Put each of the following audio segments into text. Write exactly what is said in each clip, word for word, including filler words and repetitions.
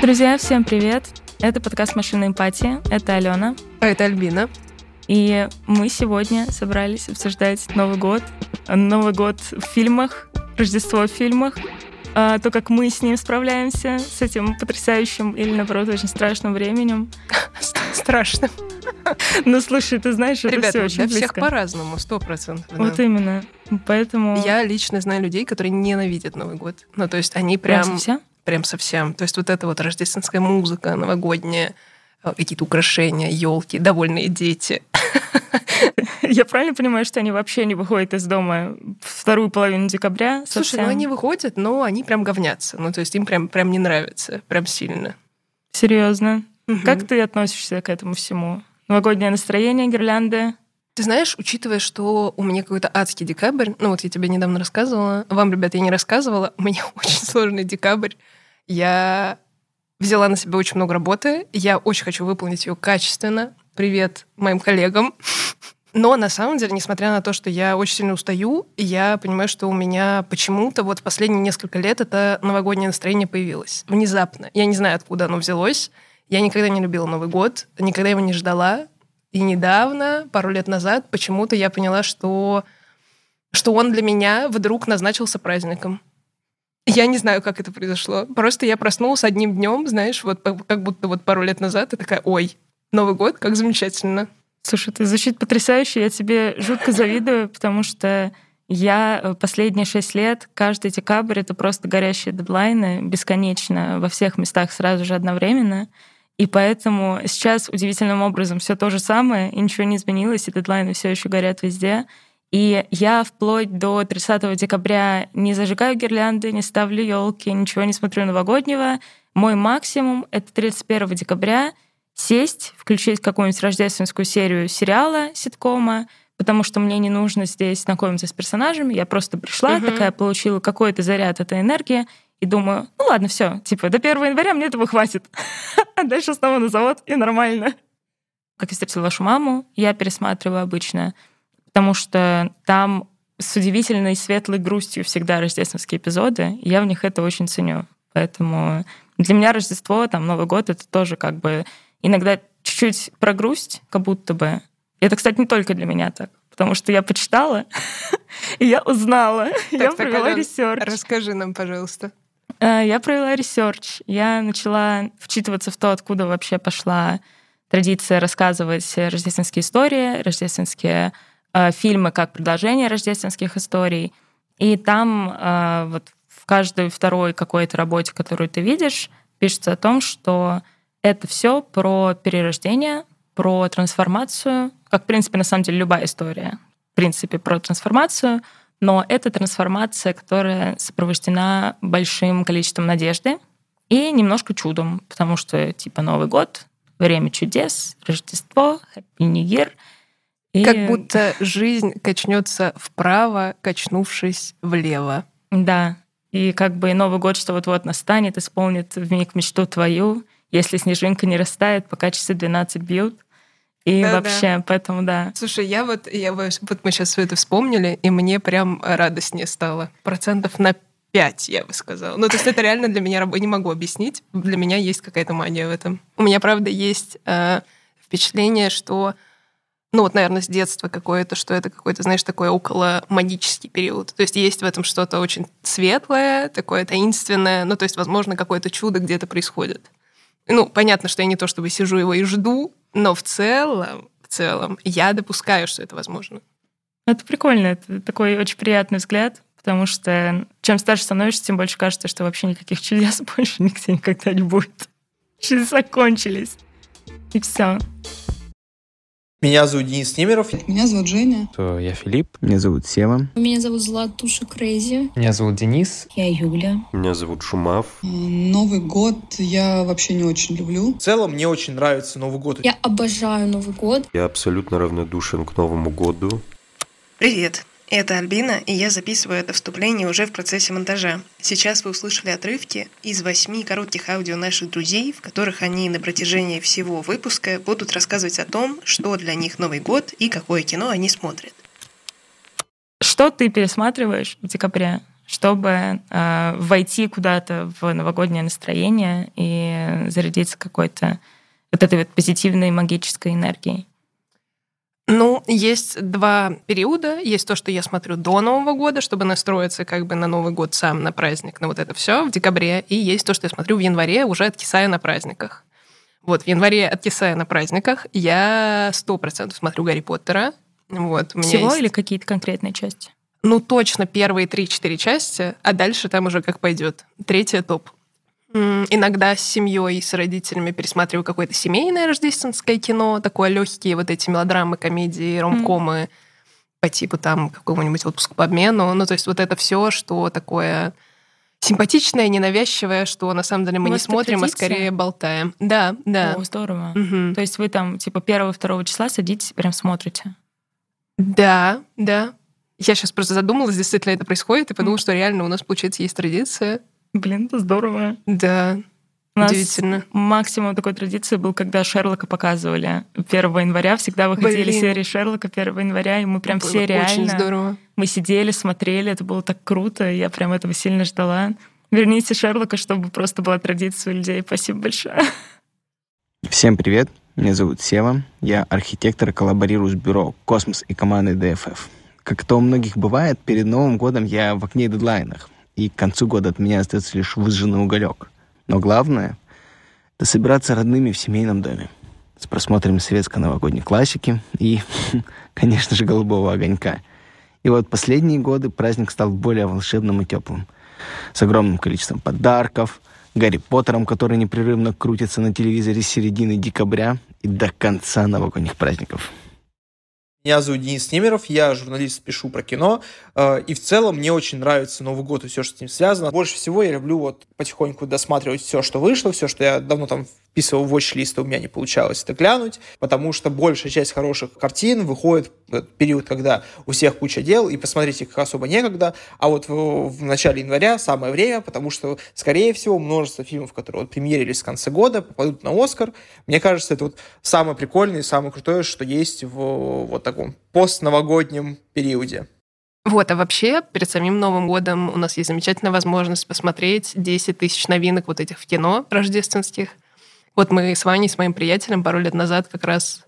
Друзья, всем привет! Это подкаст «Машина эмпатии». Это Алена. А это Альбина. И мы сегодня собрались обсуждать Новый год. Новый год в фильмах, Рождество в фильмах. А, то, как мы с ним справляемся, с этим потрясающим или, наоборот, очень страшным временем. Страшным. Ну, слушай, ты знаешь, это Ребята, все очень для близко. всех по-разному, сто процентов. Вот именно. Поэтому... Я лично знаю людей, которые ненавидят Новый год. Ну, то есть они прям... Прям совсем? Прям совсем. То есть вот эта вот рождественская музыка новогодняя, какие-то украшения, елки, довольные дети. Я правильно понимаю, что они вообще не выходят из дома в вторую половину декабря? Слушай, совсем? ну они выходят, но они прям говнятся. Ну, то есть им прям, прям не нравится, прям сильно. Серьезно? Угу. Как ты относишься к этому всему? Новогоднее настроение, гирлянды? Ты знаешь, учитывая, что у меня какой-то адский декабрь, ну вот я тебе недавно рассказывала, вам, ребят, я не рассказывала, у меня очень сложный декабрь. Я взяла на себя очень много работы, я очень хочу выполнить ее качественно. Привет моим коллегам. Но на самом деле, несмотря на то, что я очень сильно устаю, я понимаю, что у меня почему-то вот в последние несколько лет это новогоднее настроение появилось. Внезапно. Я не знаю, откуда оно взялось. Я никогда не любила Новый год, никогда его не ждала. И недавно, пару лет назад, почему-то я поняла, что, что он для меня вдруг назначился праздником. Я не знаю, как это произошло. Просто я проснулась одним днем, знаешь, вот как будто вот пару лет назад, и такая, ой, Новый год, как замечательно. Слушай, это звучит потрясающе, я тебе жутко завидую, потому что я последние шесть лет, каждый декабрь — это просто горящие дедлайны, бесконечно, во всех местах сразу же одновременно. И поэтому сейчас удивительным образом все то же самое, и ничего не изменилось, и дедлайны все еще горят везде. И я вплоть до тридцатого декабря не зажигаю гирлянды, не ставлю елки, ничего не смотрю новогоднего. Мой максимум — это тридцать первого декабря сесть, включить какую-нибудь рождественскую серию сериала, ситкома, потому что мне не нужно здесь знакомиться с персонажами. Я просто пришла, угу. такая, получила какой-то заряд этой энергии, и думаю, ну ладно, все, типа до первого января мне этого хватит. А дальше снова на завод, и нормально. Как я встретила вашу маму, я пересматриваю обычно, потому что там с удивительной светлой грустью всегда рождественские эпизоды, и я в них это очень ценю. Поэтому для меня Рождество, там, Новый год — это тоже как бы иногда чуть-чуть про грусть, как будто бы. И это, кстати, не только для меня так, потому что я почитала, и я узнала, я провела ресерч. Расскажи нам, пожалуйста. Я провела ресерч, я начала вчитываться в то, откуда вообще пошла традиция рассказывать рождественские истории, рождественские э, фильмы как продолжение рождественских историй. И там э, вот в каждой второй какой-то работе, которую ты видишь, пишется о том, что это все про перерождение, про трансформацию, как, в принципе, на самом деле любая история, в принципе, про трансформацию, но это трансформация, которая сопровождена большим количеством надежды и немножко чудом, потому что, типа, Новый год, время чудес, Рождество, Happy New Year. И... Как будто жизнь качнется вправо, качнувшись влево. Да, и как бы Новый год, что вот-вот настанет, исполнит вмиг мечту твою, если снежинка не растает, пока часы двенадцать бьют. И да, вообще, да. Поэтому да. Слушай, я вот, я вот мы сейчас все это вспомнили, и мне прям радостнее стало. Процентов на пять, я бы сказала. Ну, то есть это реально для меня, я не могу объяснить, для меня есть какая-то мания в этом. У меня, правда, есть э, впечатление, что, ну вот, наверное, с детства какое-то, что это какой-то, знаешь, такой около магический период. То есть есть в этом что-то очень светлое, такое таинственное, ну, то есть, возможно, какое-то чудо где-то происходит. Ну, понятно, что я не то чтобы сижу его и жду, но в целом, в целом я допускаю, что это возможно. Это прикольно, это такой очень приятный взгляд, потому что чем старше становишься, тем больше кажется, что вообще никаких чудес больше нигде никогда не будет. Чудеса кончились. И все. Меня зовут Денис Немеров. Меня зовут Женя. Я Филипп. Меня зовут Сева. Меня зовут Златуша Крейзи. Меня зовут Денис. Я Юля. Меня зовут Шумав. Новый год я вообще не очень люблю. В целом мне очень нравится Новый год. Я обожаю Новый год. Я абсолютно равнодушен к Новому году. Привет. Это Альбина, и я записываю это вступление уже в процессе монтажа. Сейчас вы услышали отрывки из восьми коротких аудио наших друзей, в которых они на протяжении всего выпуска будут рассказывать о том, что для них Новый год и какое кино они смотрят. Что ты пересматриваешь в декабре? чтобы э, войти куда-то в новогоднее настроение и зарядиться какой-то вот этой вот позитивной магической энергией? Ну, есть два периода. Есть то, что я смотрю до Нового года, чтобы настроиться как бы на Новый год сам, на праздник, на вот это все в декабре. И есть то, что я смотрю в январе, уже откисая на праздниках. Вот, в январе, откисая на праздниках, я сто процентов смотрю Гарри Поттера. Вот, у меня Всего есть... или какие-то конкретные части? Ну, точно первые три-четыре части, а дальше там уже как пойдет. Третья топ. Иногда с семьей, с родителями пересматриваю какое-то семейное рождественское кино, такое легкие вот эти мелодрамы, комедии, ромкомы mm. по типу там какого-нибудь «Отпуск по обмену». Ну, то есть вот это все, что такое симпатичное, ненавязчивое, что на самом деле мы не смотрим, а скорее болтаем. Да, да. О, здорово. Угу. То есть вы там типа первого-второго числа садитесь и прям смотрите? Да, да. Я сейчас просто задумалась, действительно это происходит, и подумала, mm. что реально у нас, получается, есть традиция. Блин, это здорово. Да, у нас удивительно. Максимум такой традиции был, когда Шерлока показывали первого января. Всегда выходили Блин. серии Шерлока первого января, и мы прям было все реально... Очень здорово. Мы сидели, смотрели, это было так круто, я прям этого сильно ждала. Верните Шерлока, чтобы просто была традиция у людей. Спасибо большое. Всем привет, меня зовут Сева, я архитектор и коллаборирую с бюро «Космос» и командой ди эф эф. Как это у многих бывает, перед Новым годом я в окне и дедлайнах, и к концу года от меня остается лишь выжженный уголек. Но главное — это собираться родными в семейном доме с просмотром советской новогодней классики и, конечно же, «Голубого огонька». И вот последние годы праздник стал более волшебным и теплым, с огромным количеством подарков, Гарри Поттером, который непрерывно крутится на телевизоре с середины декабря и до конца новогодних праздников. Меня зовут Денис Немеров, я журналист, пишу про кино, и в целом мне очень нравится Новый год и все, что с ним связано. Больше всего я люблю вот потихоньку досматривать все, что вышло, все, что я давно там вписывал в watch-лист, у меня не получалось это глянуть, потому что большая часть хороших картин выходит в период, когда у всех куча дел, и посмотреть их особо некогда, а вот в, в начале января самое время, потому что, скорее всего, множество фильмов, которые вот премьерились в конце года, попадут на Оскар. Мне кажется, это вот самое прикольное и самое крутое, что есть в вот таком постновогоднем периоде. Вот, а вообще, перед самим Новым годом у нас есть замечательная возможность посмотреть десять тысяч новинок вот этих в кино рождественских. Вот мы с Ваней, с моим приятелем, пару лет назад как раз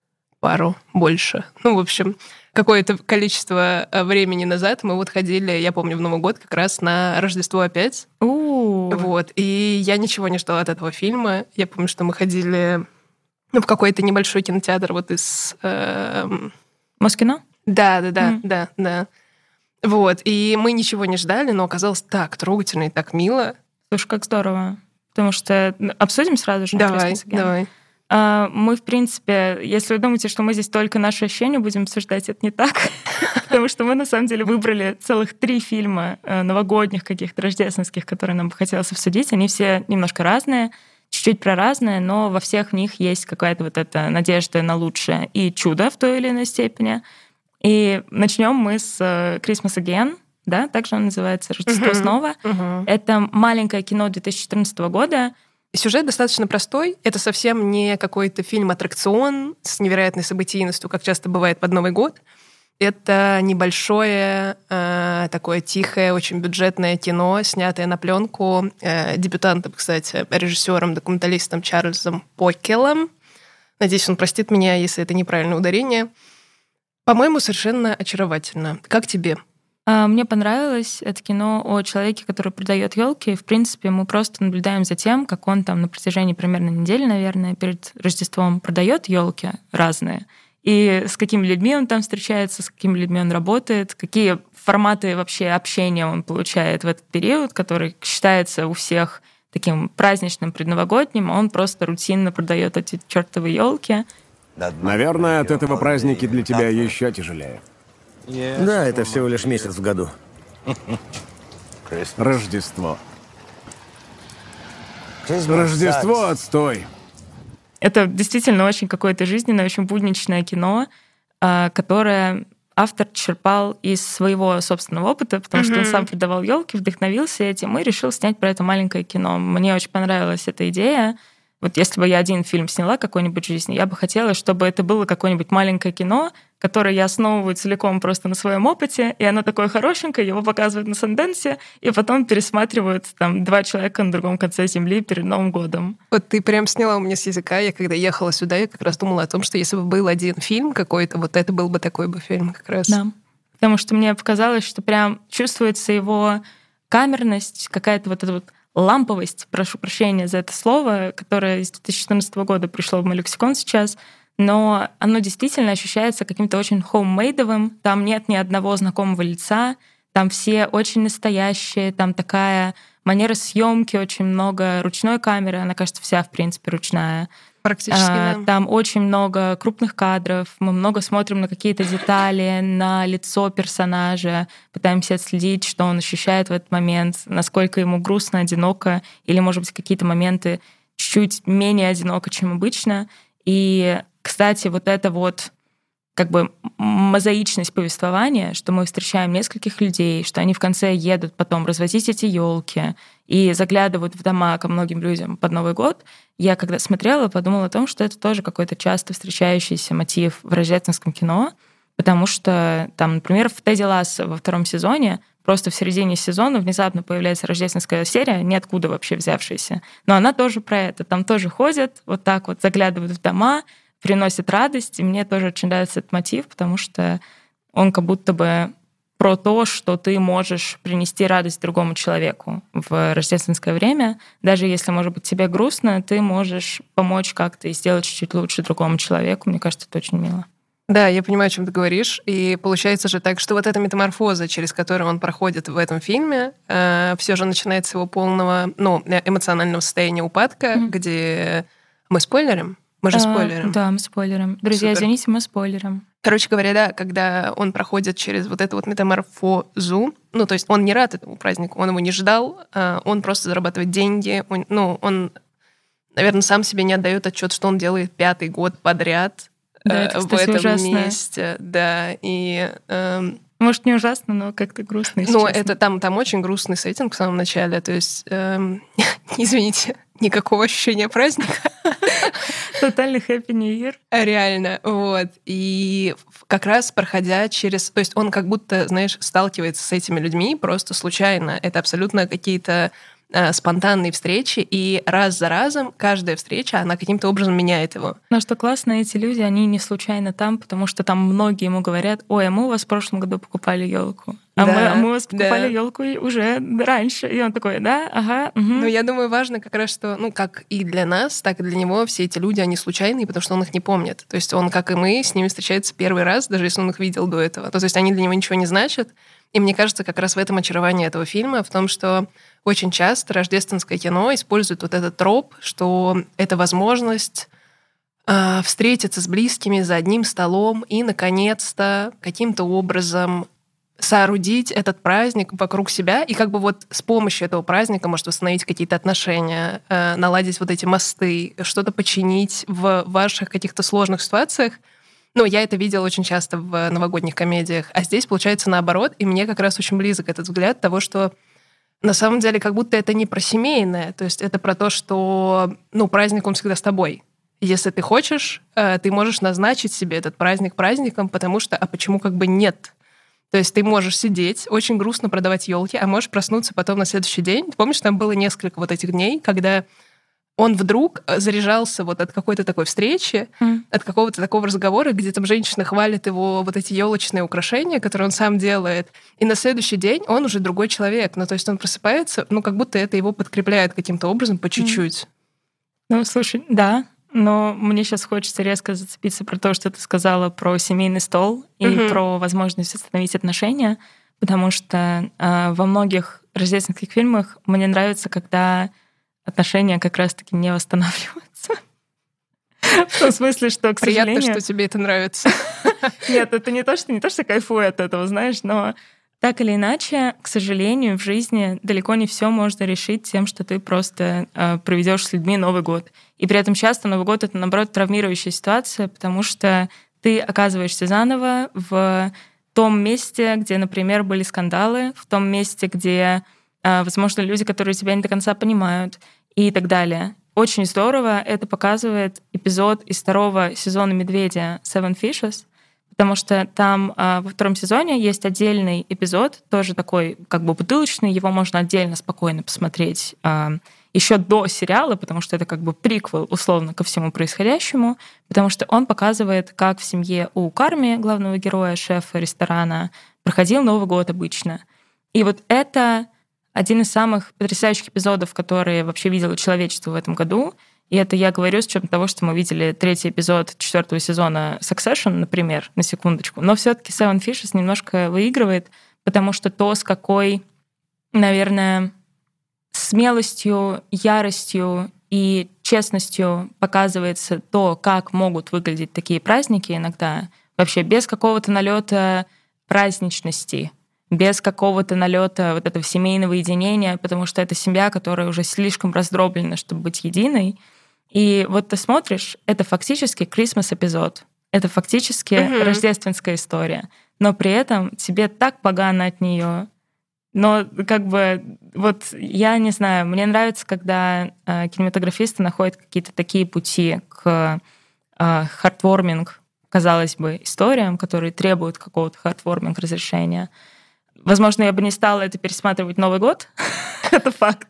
пару больше. Ну, в общем, какое-то количество времени назад мы вот ходили, я помню, в Новый год как раз на Рождество опять. У-у-у. Вот, и я ничего не ждала от этого фильма. Я помню, что мы ходили ну, в какой-то небольшой кинотеатр вот из... Э, Москино? Да, да, да, mm. да, да. Вот, и мы ничего не ждали, но оказалось так трогательно и так мило. Слушай, как здорово. Потому что обсудим сразу же. Давай, давай. Мы, в принципе, если вы думаете, что мы здесь только наши ощущения будем обсуждать, это не так. Потому что мы, на самом деле, выбрали целых три фильма новогодних каких-то рождественских, которые нам бы хотелось обсудить. Они все немножко разные, чуть-чуть про разные, но во всех них есть какая-то вот эта надежда на лучшее и чудо в той или иной степени. И начнем мы с Christmas Again, да, также он называется «Рождество uh-huh. снова». Uh-huh. Это маленькое кино две тысячи четырнадцатого года. Сюжет достаточно простой. Это совсем не какой-то фильм-аттракцион с невероятной событийностью, как часто бывает под Новый год. Это небольшое, э, такое тихое, очень бюджетное кино, снятое на пленку э, дебютантом, кстати, режиссером, документалистом Чарльзом Покелом. Надеюсь, он простит меня, если это неправильное ударение. По-моему, совершенно очаровательно. Как тебе? Мне понравилось это кино о человеке, который продает елки. В принципе, мы просто наблюдаем за тем, как он там на протяжении примерно недели, наверное, перед Рождеством продает елки разные. И с какими людьми он там встречается, с какими людьми он работает, какие форматы вообще общения он получает в этот период, который считается у всех таким праздничным, предновогодним, а он просто рутинно продает эти чертовы елки. Наверное, от этого праздники для тебя еще тяжелее. Да, это всего лишь месяц в году. Рождество. Рождество, отстой. Это действительно очень какое-то жизненное, очень будничное кино, которое автор черпал из своего собственного опыта, потому mm-hmm. что он сам продавал елки, вдохновился этим и решил снять про это маленькое кино. Мне очень понравилась эта идея. Вот если бы я один фильм сняла какой-нибудь в жизни, я бы хотела, чтобы это было какое-нибудь маленькое кино, которое я основываю целиком просто на своем опыте, и оно такое хорошенькое, его показывают на Санденсе, и потом пересматривают там два человека на другом конце земли перед Новым годом. Вот ты прям сняла у меня с языка. Я когда ехала сюда, я как раз думала о том, что если бы был один фильм какой-то, вот это был бы такой бы фильм как раз. Да. Потому что мне показалось, что прям чувствуется его камерность, какая-то вот эта вот ламповость, прошу прощения за это слово, которое из две тысячи четырнадцатого года пришло в мой лексикон сейчас, но оно действительно ощущается каким-то очень хоуммейдовым. Там нет ни одного знакомого лица, там все очень настоящие, там такая манера съемки, очень много ручной камеры, она, кажется, вся, в принципе, ручная. Практически, а, да. Там очень много крупных кадров, мы много смотрим на какие-то детали, на лицо персонажа, пытаемся отследить, что он ощущает в этот момент, насколько ему грустно, одиноко, или, может быть, какие-то моменты чуть-чуть менее одиноко, чем обычно. И, кстати, вот это вот как бы мозаичность повествования, что мы встречаем нескольких людей, что они в конце едут потом развозить эти елки и заглядывают в дома ко многим людям под Новый год. Я когда смотрела, подумала о том, что это тоже какой-то часто встречающийся мотив в рождественском кино, потому что там, например, в «Тедди Лассо» во втором сезоне просто в середине сезона внезапно появляется рождественская серия, ниоткуда вообще взявшаяся. Но она тоже про это. Там тоже ходят, вот так вот заглядывают в дома, приносит радость, и мне тоже очень нравится этот мотив, потому что он как будто бы про то, что ты можешь принести радость другому человеку в рождественское время. Даже если, может быть, тебе грустно, ты можешь помочь как-то и сделать чуть-чуть лучше другому человеку. Мне кажется, это очень мило. Да, я понимаю, о чем ты говоришь. И получается же так, что вот эта метаморфоза, через которую он проходит в этом фильме, э, все же начинается с его полного, ну, эмоционального состояния упадка, mm-hmm. где мы спойлерим. Мы же спойлерим. А, да, мы спойлерим. Друзья, Супер. извините, мы спойлерим. Короче говоря, да, когда он проходит через вот эту вот метаморфозу, ну, то есть он не рад этому празднику, он его не ждал, он просто зарабатывает деньги, он, ну, он, наверное, сам себе не отдает отчет, что он делает пятый год подряд да, это, в кстати, этом ужасно. месте. Да, и... Эм, Может, не ужасно, но как-то грустно, если Ну, честно. это там, там очень грустный сеттинг в самом начале, то есть, эм, извините, никакого ощущения праздника. Тотальный Happy New Year. Реально, вот. И как раз проходя через... То есть он как будто, знаешь, сталкивается с этими людьми просто случайно. Это абсолютно какие-то э, спонтанные встречи, и раз за разом каждая встреча, она каким-то образом меняет его. Но что классно, эти люди, они не случайно там, потому что там многие ему говорят: ой, а мы у вас в прошлом году покупали елку. А, да, мы, а мы у вас покупали да. елку уже раньше. И он такой: да, ага. Угу. Ну, я думаю, важно как раз, что, ну, как и для нас, так и для него все эти люди, они случайные, потому что он их не помнит. То есть он, как и мы, с ними встречается первый раз, даже если он их видел до этого. То есть они для него ничего не значат. И мне кажется, как раз в этом очарование этого фильма, в том, что очень часто рождественское кино использует вот этот троп, что это возможность э, встретиться с близкими за одним столом и, наконец-то, каким-то образом соорудить этот праздник вокруг себя, и как бы вот с помощью этого праздника может восстановить какие-то отношения, э, наладить вот эти мосты, что-то починить в ваших каких-то сложных ситуациях. Ну, я это видела очень часто в новогодних комедиях, а здесь получается наоборот, и мне как раз очень близок этот взгляд того, что на самом деле как будто это не про семейное, то есть это про то, что, ну, праздник, он всегда с тобой. Если ты хочешь, э, ты можешь назначить себе этот праздник праздником, потому что, а почему как бы нет? То есть ты можешь сидеть, очень грустно продавать елки, а можешь проснуться потом на следующий день. Ты помнишь, там было несколько вот этих дней, когда он вдруг заряжался вот от какой-то такой встречи, mm. от какого-то такого разговора, где там женщина хвалит его вот эти елочные украшения, которые он сам делает, и на следующий день он уже другой человек. Ну, то есть он просыпается, ну, как будто это его подкрепляет каким-то образом по чуть-чуть. Mm. Ну, слушай, да, но мне сейчас хочется резко зацепиться про то, что ты сказала про семейный стол и mm-hmm. про возможность восстановить отношения, потому что э, во многих рождественских фильмах мне нравится, когда отношения как раз-таки не восстанавливаются. В том смысле, что, к сожалению... Приятно, что тебе это нравится. Нет, это не то, что не то, что кайфую от этого, знаешь, но так или иначе, к сожалению, в жизни далеко не все можно решить тем, что ты просто э, проведешь с людьми Новый год. И при этом часто Новый год — это, наоборот, травмирующая ситуация, потому что ты оказываешься заново в том месте, где, например, были скандалы, в том месте, где, э, возможно, люди, которые тебя не до конца понимают, и так далее. Очень здорово это показывает эпизод из второго сезона «Медведя» Seven Fishes, потому что там а, во втором сезоне есть отдельный эпизод, тоже такой как бы бутылочный, его можно отдельно спокойно посмотреть а, еще до сериала, потому что это как бы приквел условно ко всему происходящему, потому что он показывает, как в семье у Карми, главного героя, шефа ресторана, проходил Новый год обычно. И вот это один из самых потрясающих эпизодов, которые вообще видело человечество в этом году. И это я говорю с учетом того, что мы видели третий эпизод четвертого сезона Succession, например, на секундочку. Но все-таки Seven Fishes немножко выигрывает, потому что то, с какой, наверное, смелостью, яростью и честностью показывается то, как могут выглядеть такие праздники иногда, вообще без какого-то налета праздничности, без какого-то налета вот этого семейного единения, потому что это семья, которая уже слишком раздроблена, чтобы быть единой. И вот ты смотришь, это фактически Christmas-эпизод, это фактически mm-hmm. рождественская история, но при этом тебе так погано от нее. Но как бы вот я не знаю, мне нравится, когда э, кинематографисты находят какие-то такие пути к э, хартворминг, казалось бы, историям, которые требуют какого-то хартворминг разрешения. Возможно, я бы не стала это пересматривать Новый год, это факт.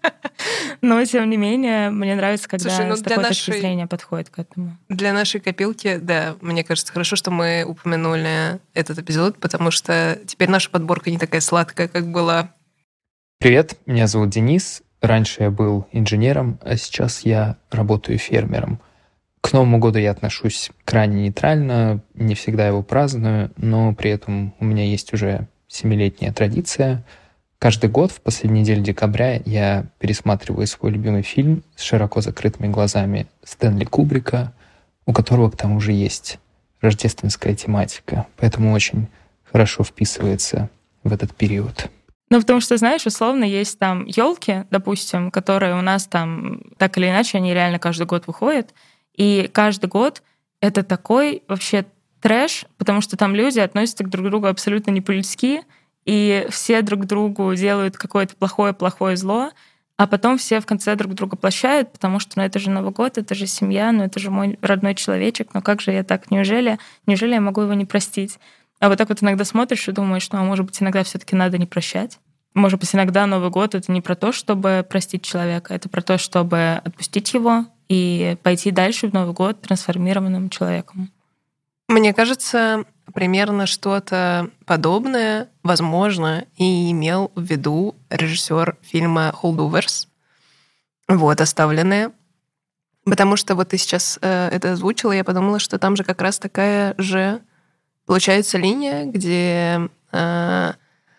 Но, тем не менее, мне нравится, когда Слушай, ну, с такой нашей... точки зрения подходит к этому. Для нашей копилки, да, мне кажется, хорошо, что мы упомянули этот эпизод, потому что теперь наша подборка не такая сладкая, как была. Привет, меня зовут Денис. Раньше я был инженером, а сейчас я работаю фермером. К Новому году я отношусь крайне нейтрально, не всегда его праздную, но при этом у меня есть уже семилетняя традиция. Каждый год в последнюю неделю декабря я пересматриваю свой любимый фильм с широко закрытыми глазами Стэнли Кубрика, у которого к тому же есть рождественская тематика, поэтому очень хорошо вписывается в этот период. Ну, потому что, знаешь, условно, есть там елки, допустим, которые у нас там так или иначе, они реально каждый год выходят, и каждый год это такой вообще трэш, потому что там люди относятся друг к другу абсолютно не по-людски, и все друг другу делают какое-то плохое-плохое зло, а потом все в конце друг друга прощают, потому что, ну, это же Новый год, это же семья, ну, это же мой родной человечек, ну, как же я так, неужели, неужели я могу его не простить? А вот так вот иногда смотришь и думаешь, ну, а может быть, иногда все-таки надо не прощать? Может быть, иногда Новый год — это не про то, чтобы простить человека, это про то, чтобы отпустить его и пойти дальше в Новый год трансформированным человеком. Мне кажется, примерно что-то подобное, возможно, и имел в виду режиссер фильма «Holdovers», вот, «Оставленные». Потому что вот ты сейчас э, это озвучила, я подумала, что там же как раз такая же, получается, линия, где э,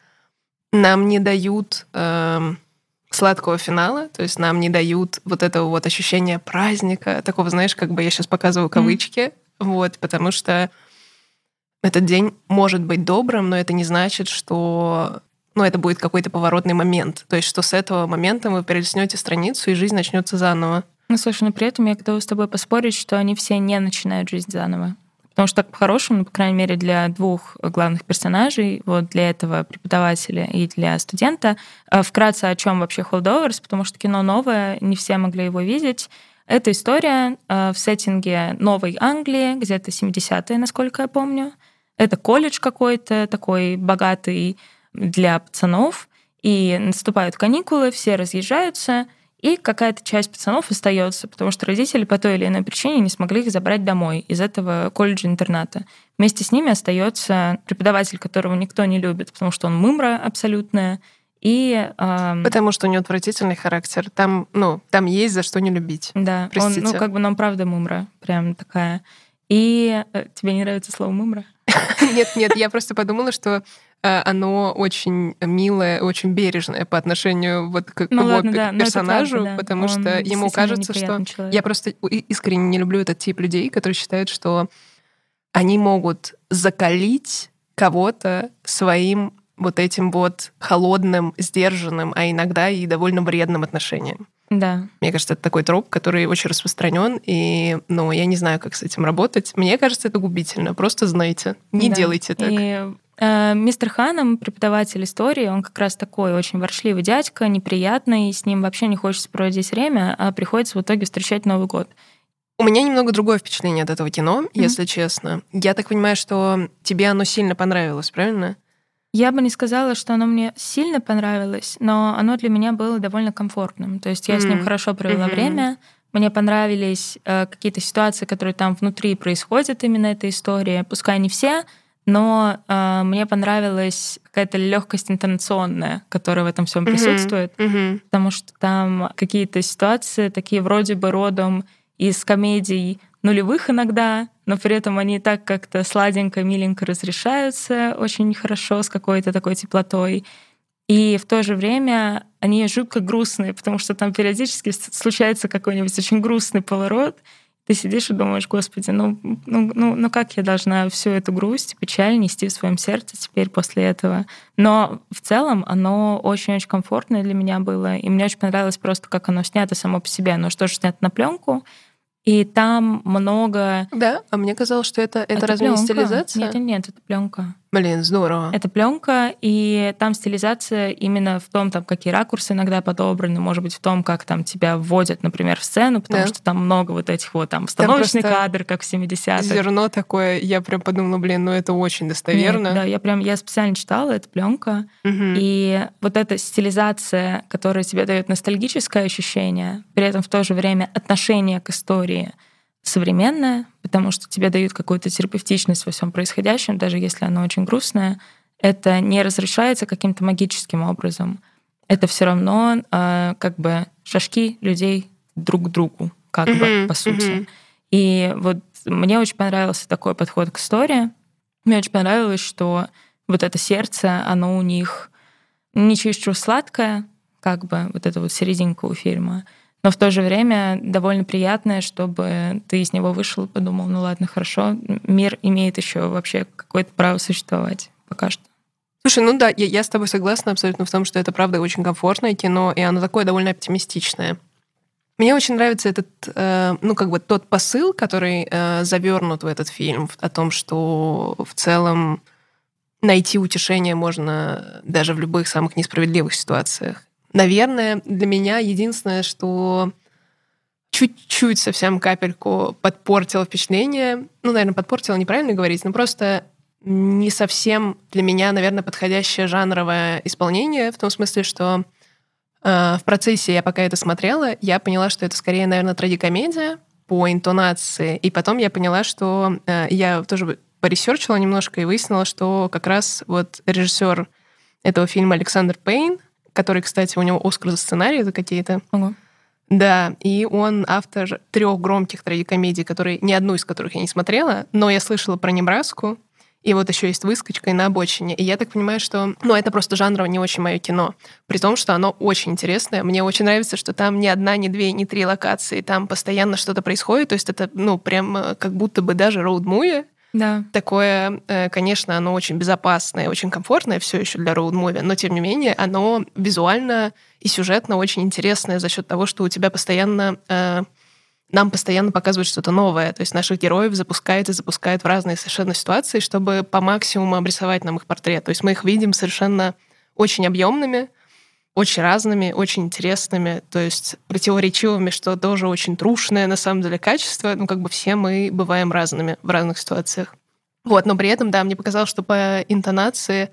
нам не дают э, сладкого финала, то есть нам не дают вот этого вот ощущения праздника, такого, знаешь, как бы я сейчас показываю кавычки, mm. вот, потому что этот день может быть добрым, но это не значит, что ну, это будет какой-то поворотный момент. То есть, что с этого момента вы перелистнете страницу, и жизнь начнется заново. Ну, слушай, но при этом я готова с тобой поспорить, что они все не начинают жизнь заново. Потому что так по-хорошему, ну, по крайней мере, для двух главных персонажей, вот для этого преподавателя и для студента, вкратце о чем вообще Holdovers, потому что кино новое, не все могли его видеть. Это история в сеттинге Новой Англии, где-то семидесятые, насколько я помню. Это колледж какой-то, такой богатый для пацанов, и наступают каникулы, все разъезжаются, и какая-то часть пацанов остается, потому что родители по той или иной причине не смогли их забрать домой из этого колледжа-интерната. Вместе с ними остается преподаватель, которого никто не любит, потому что он мымра абсолютная, и... Э... Потому что у него отвратительный характер. Там, ну, там есть за что не любить. Да, он, ну, как бы, нам правда мымра, прям такая. И тебе не нравится слово мымра? Нет, нет, я просто подумала, что оно очень милое, очень бережное по отношению вот к ну, его ладно, да. персонажу, правда, да. потому Он что ему кажется, что... Человек. Я просто искренне не люблю этот тип людей, которые считают, что они могут закалить кого-то своим вот этим вот холодным, сдержанным, а иногда и довольно вредным отношением. Да. Мне кажется, это такой троп, который очень распространен, и, ну, я не знаю, как с этим работать. Мне кажется, это губительно. Просто знайте, не да. делайте так. И э, мистер Ханнам, преподаватель истории, он как раз такой очень ворчливый дядька, неприятный, с ним вообще не хочется проводить время, а приходится в итоге встречать Новый год. У меня немного другое впечатление от этого кино, mm-hmm. если честно. Я так понимаю, что тебе оно сильно понравилось, правильно? Я бы не сказала, что оно мне сильно понравилось, но оно для меня было довольно комфортным. То есть я mm-hmm. с ним хорошо провела mm-hmm. время. Мне понравились э, какие-то ситуации, которые там внутри происходят, именно эта история. Пускай не все, но э, мне понравилась какая-то легкость интонационная, которая в этом всем присутствует, mm-hmm. Mm-hmm. потому что там какие-то ситуации такие вроде бы родом из комедий нулевых иногда, но при этом они так как-то сладенько, миленько разрешаются очень хорошо, с какой-то такой теплотой. И в то же время они жутко грустные, потому что там периодически случается какой-нибудь очень грустный поворот. Ты сидишь и думаешь, господи, ну, ну, ну, ну как я должна всю эту грусть, печаль нести в своем сердце теперь после этого? Но в целом оно очень-очень комфортное для меня было, и мне очень понравилось просто, как оно снято само по себе. Оно же тоже снято на пленку, и там много... Да? А мне казалось, что это, это, это разве пленка. Не стилизация? Нет, нет, это пленка. Блин, здорово. Это пленка, и там стилизация именно в том, там, какие ракурсы иногда подобраны, может быть, в том, как там тебя вводят, например, в сцену, потому да. что там много вот этих вот там установочный там кадр, как в семидесятых. Зерно такое, я прям подумала, блин, ну это очень достоверно. Нет, да, я прям, я специально читала, это пленка, угу. и вот эта стилизация, которая тебе дает ностальгическое ощущение, при этом в то же время отношение к истории современное, потому что тебе дают какую-то терапевтичность во всем происходящем, даже если оно очень грустное, это не разрешается каким-то магическим образом. Это все равно э, как бы шажки людей друг к другу, как mm-hmm, бы, по сути. Mm-hmm. И вот мне очень понравился такой подход к истории. Мне очень понравилось, что вот это сердце, оно у них не чересчур сладкое, как бы вот это вот серединка у фильма, но в то же время довольно приятное, чтобы ты из него вышел и подумал, ну ладно, хорошо, мир имеет еще вообще какое-то право существовать пока что. Слушай, ну да, я, я с тобой согласна абсолютно в том, что это, правда, очень комфортное кино, и оно такое довольно оптимистичное. Мне очень нравится этот, э, ну, как бы тот посыл, который э, завернут в этот фильм, о том, что в целом найти утешение можно даже в любых самых несправедливых ситуациях. Наверное, для меня единственное, что чуть-чуть совсем капельку подпортило впечатление, ну, наверное, подпортило неправильно говорить, но просто не совсем для меня, наверное, подходящее жанровое исполнение, в том смысле, что э, в процессе я пока это смотрела, я поняла, что это скорее, наверное, трагикомедия по интонации, и потом я поняла, что э, я тоже поресерчила немножко и выяснила, что как раз вот режиссер этого фильма Александр Пейн, который, кстати, у него Оскар за сценарий, это какие-то. Ага. Да, и он автор трех громких трагикомедий, которые, ни одну из которых я не смотрела, но я слышала про «Небраску», и вот еще есть «Выскочка» и «На обочине». И я так понимаю, что ну, это просто жанрово не очень мое кино, при том, что оно очень интересное. Мне очень нравится, что там ни одна, ни две, ни три локации, там постоянно что-то происходит, то есть это, ну, прям как будто бы даже роуд-муви. Да. Такое, конечно, оно очень безопасное, очень комфортное все еще для роуд-муви, но тем не менее оно визуально и сюжетно очень интересное за счет того, что у тебя постоянно э, нам постоянно показывают что-то новое. То есть наших героев запускает и запускает в разные совершенно ситуации, чтобы по максимуму обрисовать нам их портрет. То есть мы их видим совершенно очень объемными, очень разными, очень интересными, то есть противоречивыми, что тоже очень трушное на самом деле качество. Ну, как бы все мы бываем разными в разных ситуациях. Вот, но при этом, да, мне показалось, что по интонации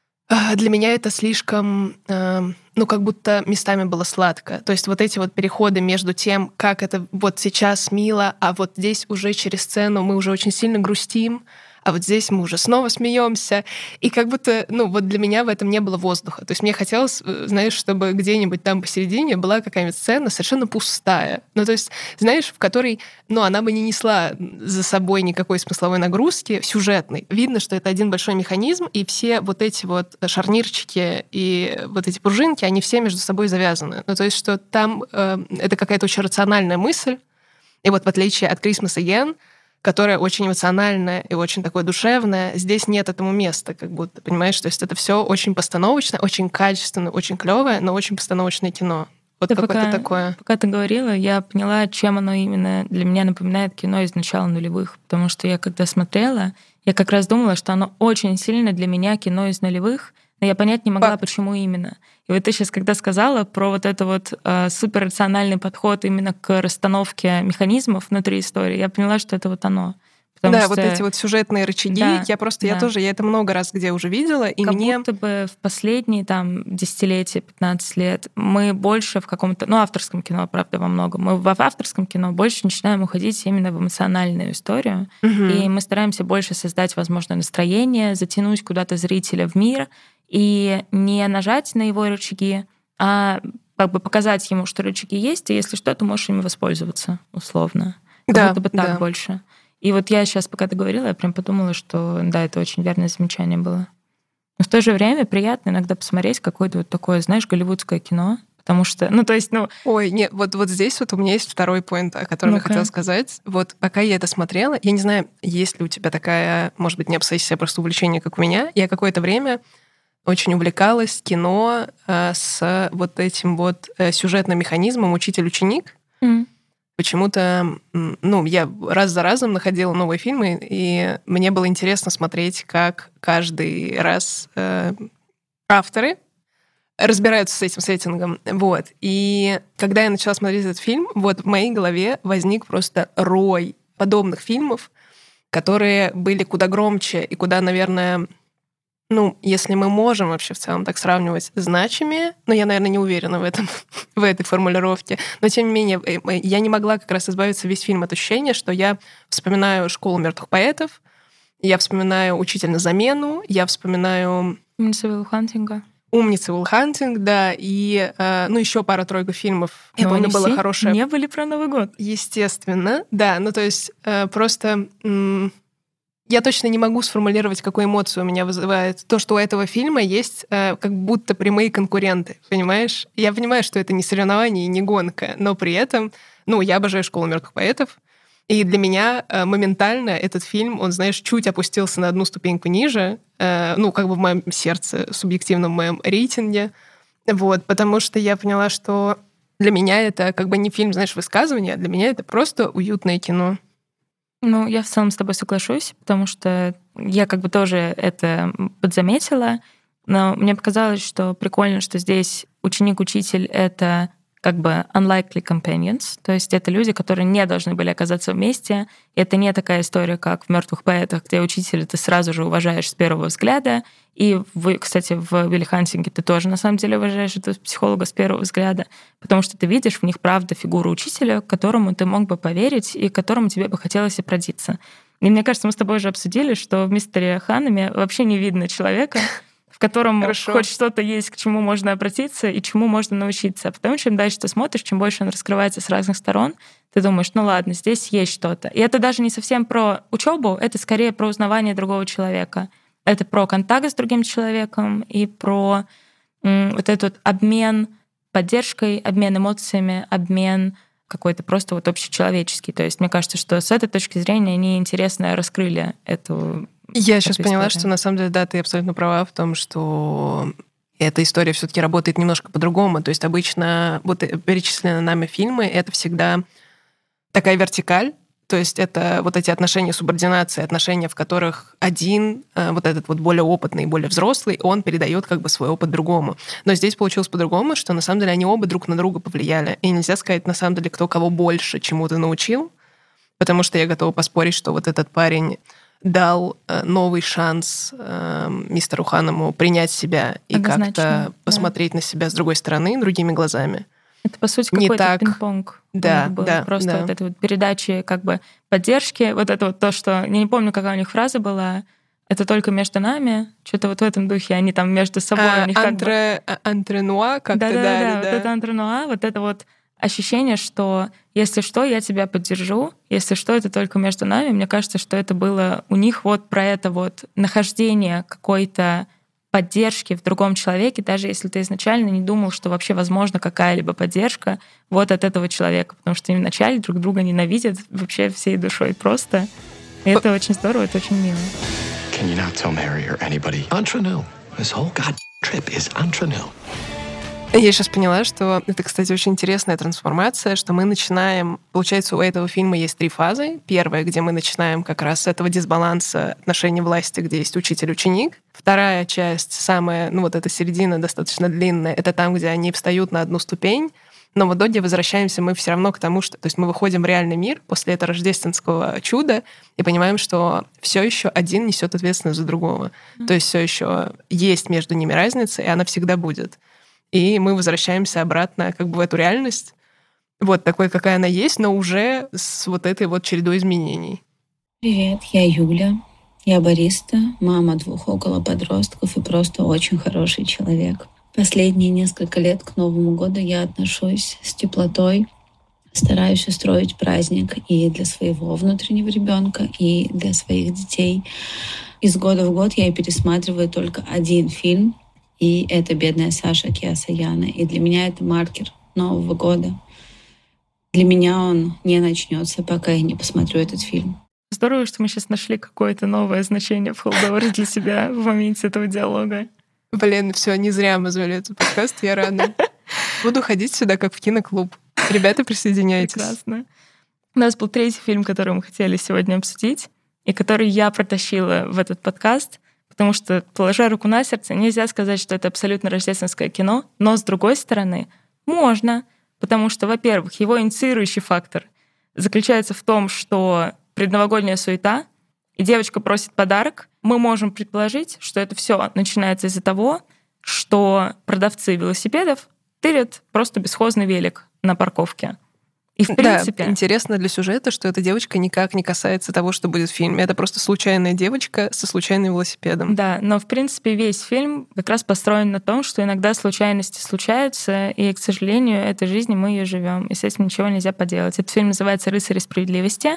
для меня это слишком, ну, как будто местами было сладко. То есть вот эти вот переходы между тем, как это вот сейчас мило, а вот здесь уже через сцену мы уже очень сильно грустим, а вот здесь мы уже снова смеемся. И как будто, ну, вот для меня в этом не было воздуха. То есть мне хотелось, знаешь, чтобы где-нибудь там посередине была какая-нибудь сцена совершенно пустая. Ну, то есть, знаешь, в которой, ну, она бы не несла за собой никакой смысловой нагрузки сюжетной. Видно, что это один большой механизм, и все вот эти вот шарнирчики и вот эти пружинки, они все между собой завязаны. Ну, то есть, что там э, это какая-то очень рациональная мысль. И вот в отличие от «Christmas Again», которая очень эмоциональная и очень такое душевное, здесь нет этому места, как будто, понимаешь? То есть это все очень постановочно, очень качественно, очень клевое, но очень постановочное кино. Вот да, какое-то пока, такое. Пока ты говорила, я поняла, чем оно именно для меня напоминает кино из начала нулевых. Потому что я когда смотрела, я как раз думала, что оно очень сильно для меня кино из нулевых, но я понять не могла, Факт. почему именно. И вот ты сейчас, когда сказала про вот это вот э, суперрациональный подход именно к расстановке механизмов внутри истории, я поняла, что это вот оно. Потому да, что... вот эти вот сюжетные рычаги, да, я просто, да. я тоже, я это много раз где уже видела, и как мне... будто бы в последние там десятилетия, пятнадцать лет мы больше в каком-то, ну, авторском кино, правда, во многом, мы в авторском кино больше начинаем уходить именно в эмоциональную историю, Угу. и мы стараемся больше создать, возможно, настроение, затянуть куда-то зрителя в мир и не нажать на его рычаги, а как бы показать ему, что рычаги есть, и если что, ты можешь ими воспользоваться, условно. Как Да, будто бы так да. больше. И вот я сейчас, пока ты говорила, я прям подумала, что да, это очень верное замечание было. Но в то же время приятно иногда посмотреть какое-то вот такое, знаешь, голливудское кино, потому что, ну, то есть, ну... Ой, нет, вот, вот здесь вот у меня есть второй поинт, о котором Ну-ка. я хотела сказать. Вот пока я это смотрела, я не знаю, есть ли у тебя такая, может быть, не обсессия, а просто увлечение, как у меня. Я какое-то время очень увлекалась кино э, с вот этим вот э, сюжетным механизмом «Учитель-ученик». Mm. Почему-то, м, ну, я раз за разом находила новые фильмы, и мне было интересно смотреть, как каждый раз э, авторы разбираются с этим сеттингом. Вот. И когда я начала смотреть этот фильм, вот в моей голове возник просто рой подобных фильмов, которые были куда громче и куда, наверное, ну, если мы можем вообще в целом так сравнивать, значимее, но я, наверное, не уверена в этом, в этой формулировке, но тем не менее, я не могла как раз избавиться весь фильм от ощущения, что я вспоминаю «Школу мертвых поэтов», я вспоминаю «Учитель на замену», я вспоминаю... «Умница Уилла Хантинга». «Умница Уилл Хантинг», да, и, э, ну, еще пара-тройка фильмов. Я Но помню, они было все хорошее... не были про Новый год. Естественно, да, ну, то есть э, просто... М- Я точно не могу сформулировать, какую эмоцию у меня вызывает то, что у этого фильма есть э, как будто прямые конкуренты, понимаешь? Я понимаю, что это не соревнование и не гонка, но при этом, ну, я обожаю «Школу мертвых поэтов», и для меня э, моментально этот фильм, он, знаешь, чуть опустился на одну ступеньку ниже, э, ну, как бы в моем сердце, субъективном моем рейтинге, вот, потому что я поняла, что для меня это как бы не фильм, знаешь, высказывания, а для меня это просто уютное кино. Ну, я в целом с тобой соглашусь, потому что я как бы тоже это подзаметила, но мне показалось, что прикольно, что здесь ученик-учитель — это как бы unlikely companions, то есть это люди, которые не должны были оказаться вместе. Это не такая история, как в «Мертвых поэтах», где учителя ты сразу же уважаешь с первого взгляда. И, в, кстати, в «Уилле Хантинге» ты тоже, на самом деле, уважаешь этого психолога с первого взгляда, потому что ты видишь в них, правда, фигуру учителя, к которому ты мог бы поверить и к которому тебе бы хотелось обратиться. И мне кажется, мы с тобой уже обсудили, что в «Мистере Ханнаме» вообще не видно человека, в котором Хорошо. хоть что-то есть, к чему можно обратиться и чему можно научиться. А потом, чем дальше ты смотришь, чем больше он раскрывается с разных сторон, ты думаешь, ну ладно, здесь есть что-то. И это даже не совсем про учебу, это скорее про узнавание другого человека. Это про контакт с другим человеком и про м, вот этот обмен поддержкой, обмен эмоциями, обмен какой-то просто вот общечеловеческий. То есть мне кажется, что с этой точки зрения они интересно раскрыли эту Я сейчас поняла, историю. что на самом деле, да, ты абсолютно права в том, что эта история все-таки работает немножко по-другому. То есть обычно вот перечисленные нами фильмы — это всегда такая вертикаль, то есть это вот эти отношения субординации, отношения, в которых один, вот этот вот более опытный, более взрослый, он передает как бы свой опыт другому. Но здесь получилось по-другому, что на самом деле они оба друг на друга повлияли. И нельзя сказать, на самом деле, кто кого больше чему-то научил, потому что я готова поспорить, что вот этот парень дал новый шанс э, мистеру Ханнаму принять себя и Однозначно, как-то да. посмотреть на себя с другой стороны, другими глазами. Это, по сути, Не какой-то так. пинг-понг. Да, у них был. да, Просто да. вот это вот передачи как бы поддержки, вот это вот то, что... Я не помню, какая у них фраза была. Это только между нами. Что-то вот в этом духе. Они там между собой... А, у них как бы... антре, антре-нуа как-то, да, Да-да-да, да, вот да. это антре-нуа, вот это вот ощущение, что если что, я тебя поддержу, если что, это только между нами. Мне кажется, что это было у них вот про это вот нахождение какой-то поддержки в другом человеке, даже если ты изначально не думал, что вообще возможна какая-либо поддержка вот от этого человека, потому что они вначале друг друга ненавидят вообще всей душой просто. И это очень здорово, это очень мило. Can you not tell Mary or anybody? Entre nous. This whole god trip is entre nous. Я сейчас поняла, что это, кстати, очень интересная трансформация, что мы начинаем... Получается, у этого фильма есть три фазы. Первая, где мы начинаем как раз с этого дисбаланса отношений власти, где есть учитель-ученик. Вторая часть, самая, ну вот эта середина достаточно длинная, это там, где они встают на одну ступень, но в итоге возвращаемся мы все равно к тому, что... То есть мы выходим в реальный мир после этого рождественского чуда и понимаем, что все еще один несет ответственность за другого. Mm-hmm. То есть все еще есть между ними разница, и она всегда будет. И мы возвращаемся обратно как бы в эту реальность, вот такой, какая она есть, но уже с вот этой вот чередой изменений. Привет, я Юля. Я бариста, мама двух около подростков и просто очень хороший человек. Последние несколько лет к Новому году я отношусь с теплотой, стараюсь устроить праздник и для своего внутреннего ребенка, и для своих детей. Из года в год я пересматриваю только один фильм, и это «Бедная Саша» Киасаяна. И для меня это маркер Нового года. Для меня он не начнется, пока я не посмотрю этот фильм. Здорово, что мы сейчас нашли какое-то новое значение в Холдоваре для себя в моменте этого диалога. Блин, все, не зря мы звали этот подкаст, я рада. Буду ходить сюда, как в киноклуб. Ребята, присоединяйтесь. Прекрасно. У нас был третий фильм, который мы хотели сегодня обсудить, и который я протащила в этот подкаст, потому что, положа руку на сердце, нельзя сказать, что это абсолютно рождественское кино, но, с другой стороны, можно, потому что, во-первых, его инициирующий фактор заключается в том, что предновогодняя суета, и девочка просит подарок, мы можем предположить, что это все начинается из-за того, что продавцы велосипедов тырят просто бесхозный велик на парковке. И в принципе... Да, интересно для сюжета, что эта девочка никак не касается того, что будет в фильме. Это просто случайная девочка со случайным велосипедом. Да, но в принципе весь фильм как раз построен на том, что иногда случайности случаются, и, к сожалению, этой жизни мы ее живем, и с этим ничего нельзя поделать. Этот фильм называется «Рыцари справедливости».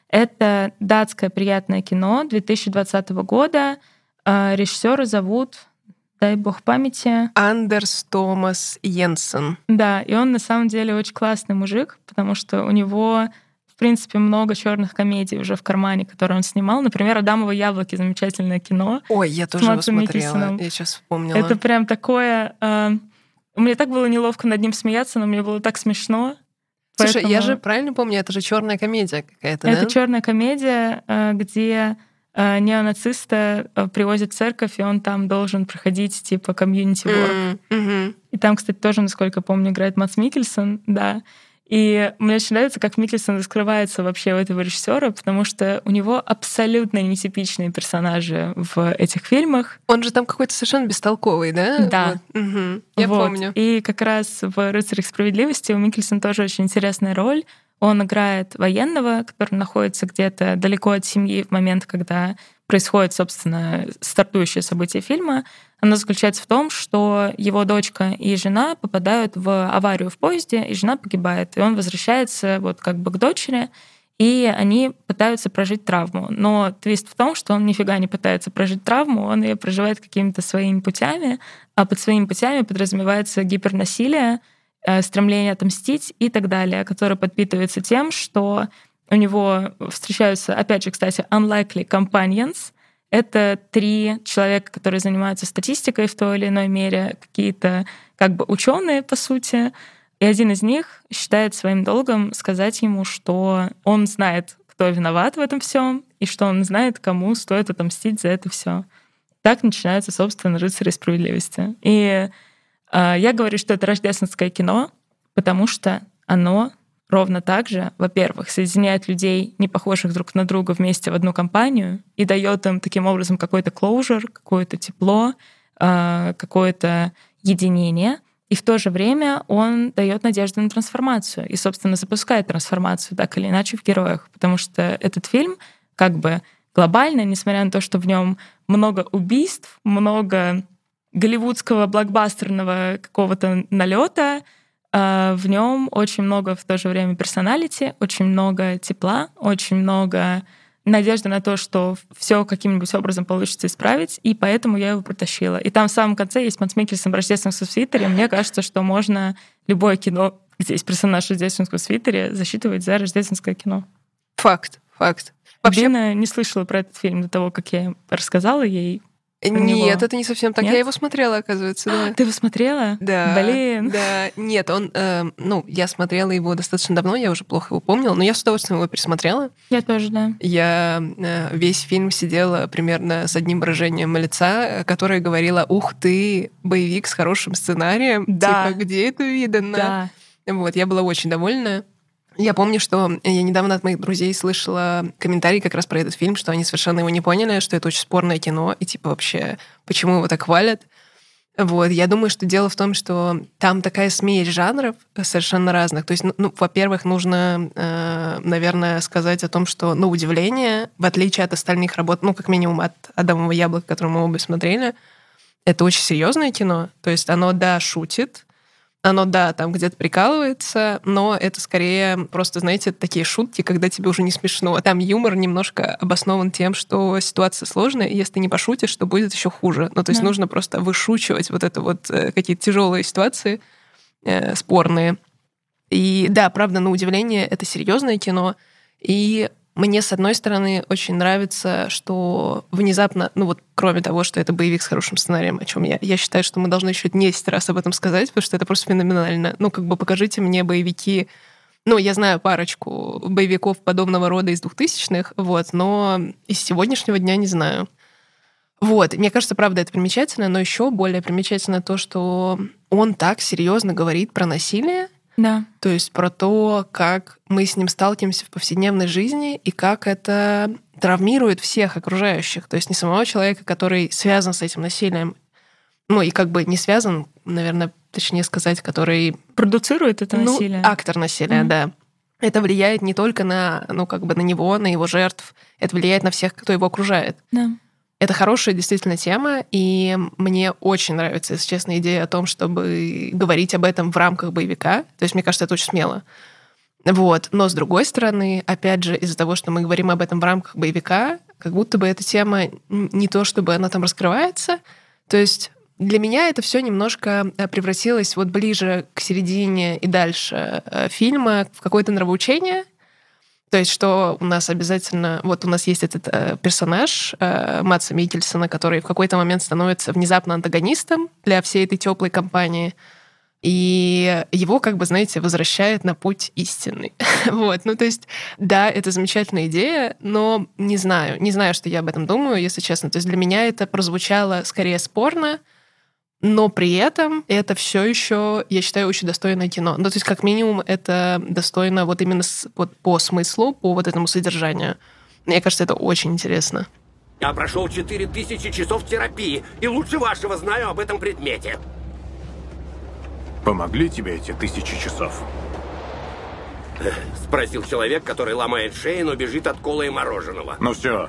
Это датское приятное кино две тысячи двадцатого года. Режиссера зовут... дай бог памяти. Андерс Томас Йенсен. Да, и он на самом деле очень классный мужик, потому что у него, в принципе, много черных комедий уже в кармане, которые он снимал. Например, «Адамово яблоки» — замечательное кино. Ой, я тоже его смотрела. Я сейчас вспомнила. Это прям такое... Э, мне так было неловко над ним смеяться, но мне было так смешно. Слушай, поэтому... я же правильно помню, это же черная комедия какая-то, это да? Это черная комедия, э, где... неонациста привозят в церковь, и он там должен проходить типа комьюнити-ворк. Mm-hmm. И там, кстати, тоже, насколько я помню, играет Мадс Миккельсен, да. И мне очень нравится, как Миккельсен раскрывается вообще у этого режиссера, потому что у него абсолютно нетипичные персонажи в этих фильмах. Он же там какой-то совершенно бестолковый, да? Да. Вот. Угу. Я вот. помню. И как раз в «Рыцарях справедливости» у Миккельсена тоже очень интересная роль. Он играет военного, который находится где-то далеко от семьи в момент, когда происходит, собственно, стартующее событие фильма. Оно заключается в том, что его дочка и жена попадают в аварию в поезде, и жена погибает. И он возвращается вот как бы к дочери, и они пытаются прожить травму. Но твист в том, что он нифига не пытается прожить травму, он ее проживает какими-то своими путями, а под своими путями подразумевается гипернасилие, стремление отомстить и так далее, которое подпитывается тем, что у него встречаются, опять же, кстати, unlikely companions. Это три человека, которые занимаются статистикой в той или иной мере, какие-то как бы ученые, по сути. И один из них считает своим долгом сказать ему, что он знает, кто виноват в этом всем, и что он знает, кому стоит отомстить за это все. Так начинается, собственно, «Рыцари справедливости». И я говорю, что это рождественское кино, потому что оно ровно так же, во-первых, соединяет людей, не похожих друг на друга, вместе в одну компанию и дает им таким образом какой-то closure, какое-то тепло, какое-то единение. И в то же время он дает надежду на трансформацию и, собственно, запускает трансформацию так или иначе в героях, потому что этот фильм как бы глобально, несмотря на то, что в нем много убийств, много голливудского блокбастерного какого-то налета, в нем очень много в то же время персоналити, очень много тепла, очень много надежды на то, что все каким-нибудь образом получится исправить, и поэтому я его протащила. И там в самом конце есть Мадс Миккельсен в рождественском свитере. Мне кажется, что можно любое кино, где есть персонаж в рождественском свитере, засчитывать за рождественское кино. Факт, факт. Вообще... Бина не слышала про этот фильм до того, как я рассказала ей. Нет, это не совсем так. Нет? Я его смотрела, оказывается, да. Ты его смотрела? Да. Блин. Да. Нет, он... Э, ну, я смотрела его достаточно давно, я уже плохо его помнила, но я с удовольствием его пересмотрела. Я тоже, да. Я э, весь фильм сидела примерно с одним выражением лица, которое говорило: ух ты, боевик с хорошим сценарием. Да. Типа, где это видано? Да. Вот, я была очень довольна. Я помню, что я недавно от моих друзей слышала комментарий как раз про этот фильм, что они совершенно его не поняли, что это очень спорное кино, и типа вообще, почему его так хвалят. Вот, я думаю, что дело в том, что там такая смесь жанров совершенно разных. То есть, ну, во-первых, нужно, э, наверное, сказать о том, что, на удивление, в отличие от остальных работ, ну, как минимум от «Адамова яблока», которое мы оба смотрели, это очень серьезное кино. То есть оно, да, шутит, оно, да, там где-то прикалывается, но это скорее просто, знаете, такие шутки, когда тебе уже не смешно. Там юмор немножко обоснован тем, что ситуация сложная, и если ты не пошутишь, то будет еще хуже. Ну, то есть Да. нужно просто вышучивать вот это вот э, какие-то тяжелые ситуации, э, спорные. И да, правда, на удивление, это серьезное кино. И мне, с одной стороны, очень нравится, что внезапно, ну вот кроме того, что это боевик с хорошим сценарием, о чем я, я считаю, что мы должны еще десять раз об этом сказать, потому что это просто феноменально. Ну, как бы покажите мне боевики. Ну, я знаю парочку боевиков подобного рода из двухтысячных, вот, но из сегодняшнего дня не знаю. Вот, мне кажется, правда, это примечательно, но еще более примечательно то, что он так серьезно говорит про насилие, Да. то есть про то, как мы с ним сталкиваемся в повседневной жизни и как это травмирует всех окружающих. То есть не самого человека, который связан с этим насилием, ну и как бы не связан, наверное, точнее сказать, который... Продуцирует это ну, насилие. актор насилия, Мгм. да. Это влияет не только на, ну, как бы на него, на его жертв, это влияет на всех, кто его окружает. Да. Это хорошая действительно тема, и мне очень нравится, если честно, идея о том, чтобы говорить об этом в рамках боевика. То есть, мне кажется, это очень смело. Вот. Но, с другой стороны, опять же, из-за того, что мы говорим об этом в рамках боевика, как будто бы эта тема не то, чтобы она там раскрывается. То есть для меня это все немножко превратилось вот ближе к середине и дальше фильма в какое-то нравоучение. То есть, что у нас обязательно... Вот у нас есть этот э, персонаж э, Мадса Миккельсена, который в какой-то момент становится внезапно антагонистом для всей этой теплой компании. И его, как бы, знаете, возвращает на путь истинный. Вот, ну то есть, да, это замечательная идея, но не знаю, не знаю, что я об этом думаю, если честно. То есть для меня это прозвучало скорее спорно, но при этом это все еще, я считаю, очень достойное кино. Ну, то есть, как минимум, это достойно вот именно с, вот по смыслу, по вот этому содержанию. Мне кажется, это очень интересно. Я прошел четыре тысячи часов терапии, и лучше вашего знаю об этом предмете. Помогли тебе эти тысячи часов? Спросил человек, который ломает шею, но бежит от колы и мороженого. Ну все.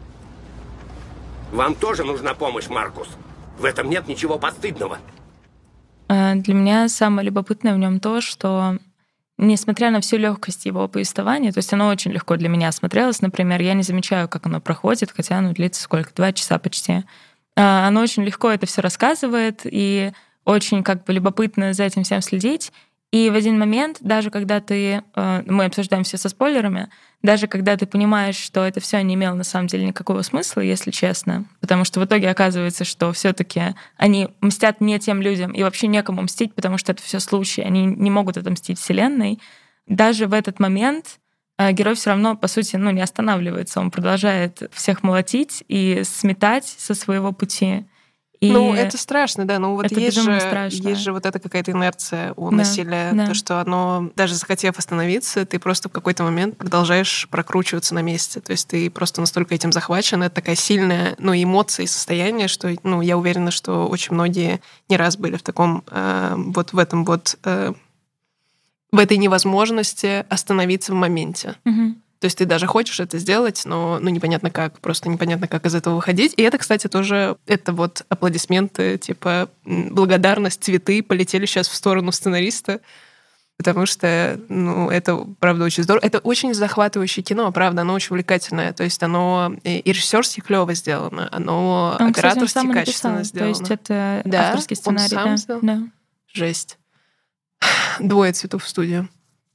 Вам тоже нужна помощь, Маркус. В этом нет ничего постыдного. Для меня самое любопытное в нем то, что, несмотря на всю легкость его повествования, то есть оно очень легко для меня смотрелось, например, я не замечаю, как оно проходит, хотя оно длится сколько? Два часа почти. Оно очень легко это все рассказывает, и очень как бы любопытно за этим всем следить. И в один момент, даже когда ты, мы обсуждаем все со спойлерами, даже когда ты понимаешь, что это все не имело на самом деле никакого смысла, если честно, потому что в итоге оказывается, что все-таки они мстят не тем людям и вообще некому мстить, потому что это все случай, они не могут отомстить Вселенной. Даже в этот момент герой все равно, по сути, ну, не останавливается, он продолжает всех молотить и сметать со своего пути. И ну, это страшно, да. Ну, вот это есть же, страшно. есть же вот эта какая-то инерция у да, насилия, да. то, что оно, даже захотев остановиться, ты просто в какой-то момент продолжаешь прокручиваться на месте. То есть ты просто настолько этим захвачен, это такая сильная, ну, эмоция и состояние, что, ну, я уверена, что очень многие не раз были в таком, э, вот в этом вот, э, в этой невозможности остановиться в моменте. Угу. То есть ты даже хочешь это сделать, но ну, непонятно как, просто непонятно, как из этого выходить. И это, кстати, тоже, это вот аплодисменты, типа благодарность, цветы полетели сейчас в сторону сценариста, потому что, ну, это, правда, очень здорово. Это очень захватывающее кино, правда, оно очень увлекательное. То есть оно и режиссерски клево сделано, оно он, операторски кстати, он сам качественно написал, сделано. То есть это да? авторский сценарий. Он сам да. сделал? Да. Жесть. Двое цветов в студию.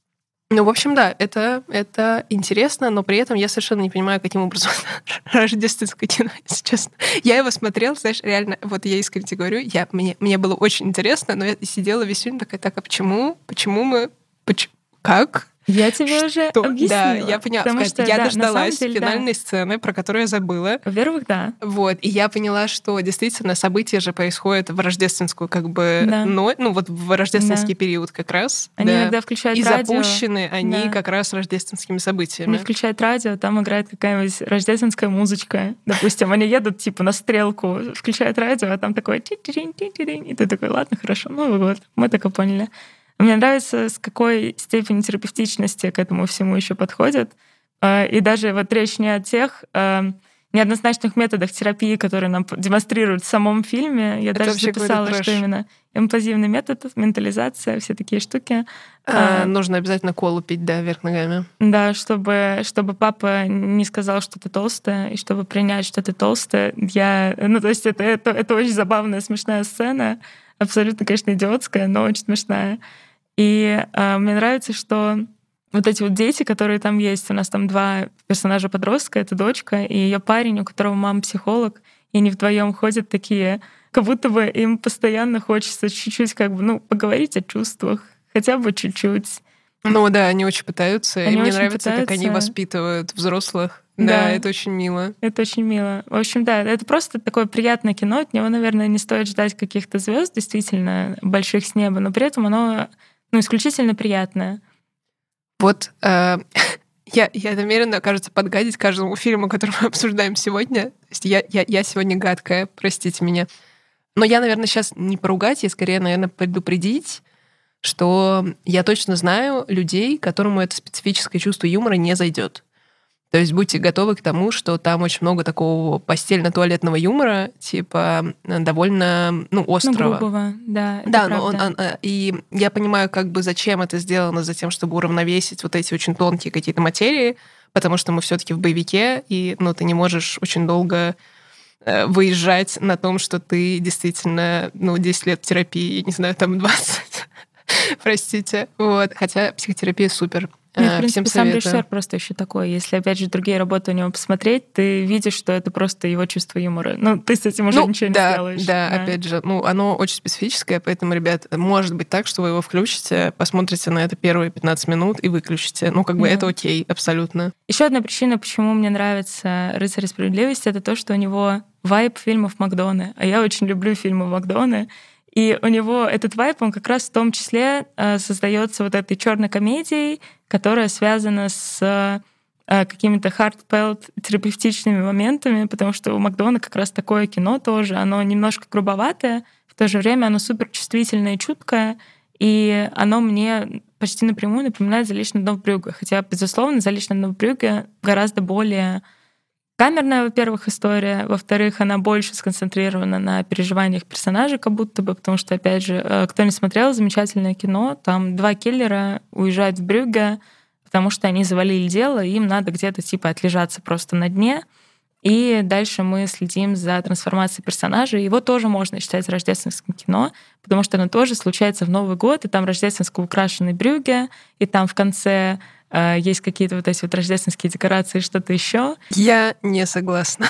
Ну, в общем, да, это, это интересно, но при этом я совершенно не понимаю, каким образом рождественское кино, если честно. Я его смотрела, знаешь, реально, вот я искренне тебе говорю, я, мне, мне было очень интересно, но я сидела весь фильм такая, так, а почему? Почему мы... Почему? Как? Я тебе уже объяснила. Да, я поняла. Потому что, я да, дождалась деле, финальной да. сцены, про которую я забыла. Во-первых, да. Вот, и я поняла, что действительно события же происходят в рождественскую как бы да. ночь, ну вот в рождественский да. период как раз. Они да. иногда включают и радио. И запущены они да. как раз рождественскими событиями. Они включают радио, там играет какая-нибудь рождественская музычка. Допустим, они едут типа на стрелку, включают радио, а там такой ти-ти-ти-ти-ти, и ты такой, ладно, хорошо, ну вот, мы так и поняли. Мне нравится, с какой степени терапевтичности к этому всему еще подходят. И даже вот речь не о тех неоднозначных методах терапии, которые нам демонстрируют в самом фильме. Я это даже записала, что именно эмпативный метод, ментализация, все такие штуки. А, а, нужно обязательно колу пить, да, вверх ногами. Да, чтобы, чтобы папа не сказал, что ты толстая, и чтобы принять, что ты толстая. Я, ну, то есть это, это, это очень забавная, смешная сцена. Абсолютно, конечно, идиотская, но очень смешная. И э, мне нравится, что вот эти вот дети, которые там есть, у нас там два персонажа-подростка, это дочка и ее парень, у которого мама психолог, и они вдвоем ходят такие, как будто бы им постоянно хочется чуть-чуть как бы, ну, поговорить о чувствах, хотя бы чуть-чуть. Ну да, они очень пытаются, они и мне очень нравится, пытаются. Как они воспитывают взрослых. Да, да, это очень мило. Это очень мило. В общем, да, это просто такое приятное кино. От него, наверное, не стоит ждать каких-то звезд, действительно, больших с неба, но при этом оно, ну, исключительно приятное. Вот э, я, я намерена, кажется, подгадить каждому фильму, который мы обсуждаем сегодня. То есть я, я, я сегодня гадкая, простите меня. Но я, наверное, сейчас не поругать, я скорее, наверное, предупредить, что я точно знаю людей, которому это специфическое чувство юмора не зайдет. То есть будьте готовы к тому, что там очень много такого постельно-туалетного юмора, типа довольно, ну, острого. Ну, грубого, да. Да, но он, он, и я понимаю, как бы зачем это сделано, затем, чтобы уравновесить вот эти очень тонкие какие-то материи, потому что мы все-таки в боевике, и, ну, ты не можешь очень долго выезжать на том, что ты действительно, ну, десять лет в терапии, я не знаю, там двадцать, простите. Вот. Хотя психотерапия супер. Ну, в принципе, сам режиссер просто еще такой. Если, опять же, другие работы у него посмотреть, ты видишь, что это просто его чувство юмора. Ну, ты с этим уже ну, ничего да, не сделаешь. Да, да, опять же, ну, оно очень специфическое, поэтому, ребят, может быть так, что вы его включите, посмотрите на это первые пятнадцать минут и выключите. Ну, как бы да. Это окей, абсолютно. Еще одна причина, почему мне нравится «Рыцарь справедливости», это то, что у него вайб фильмов Макдоны. А я очень люблю фильмы Макдоны. И у него этот вайб, он как раз в том числе создается вот этой черной комедией, которая связана с какими-то heartfelt терапевтичными моментами, потому что у Макдона как раз такое кино тоже, оно немножко грубоватое, в то же время оно супер чувствительное и чуткое, и оно мне почти напрямую напоминает «Залечь на дно в брюгге». Хотя, безусловно, «Залечь на дно в брюгге» гораздо более камерная, во-первых, история, во-вторых, она больше сконцентрирована на переживаниях персонажей, как будто бы, потому что, опять же, кто не смотрел, замечательное кино, там два киллера уезжают в Брюгге, потому что они завалили дело, и им надо где-то типа отлежаться просто на дне, и дальше мы следим за трансформацией персонажей. Его тоже можно считать рождественским кино, потому что оно тоже случается в Новый год, и там рождественско украшенный Брюгге, и там в конце есть какие-то вот эти вот рождественские декорации, что-то еще. Я не согласна.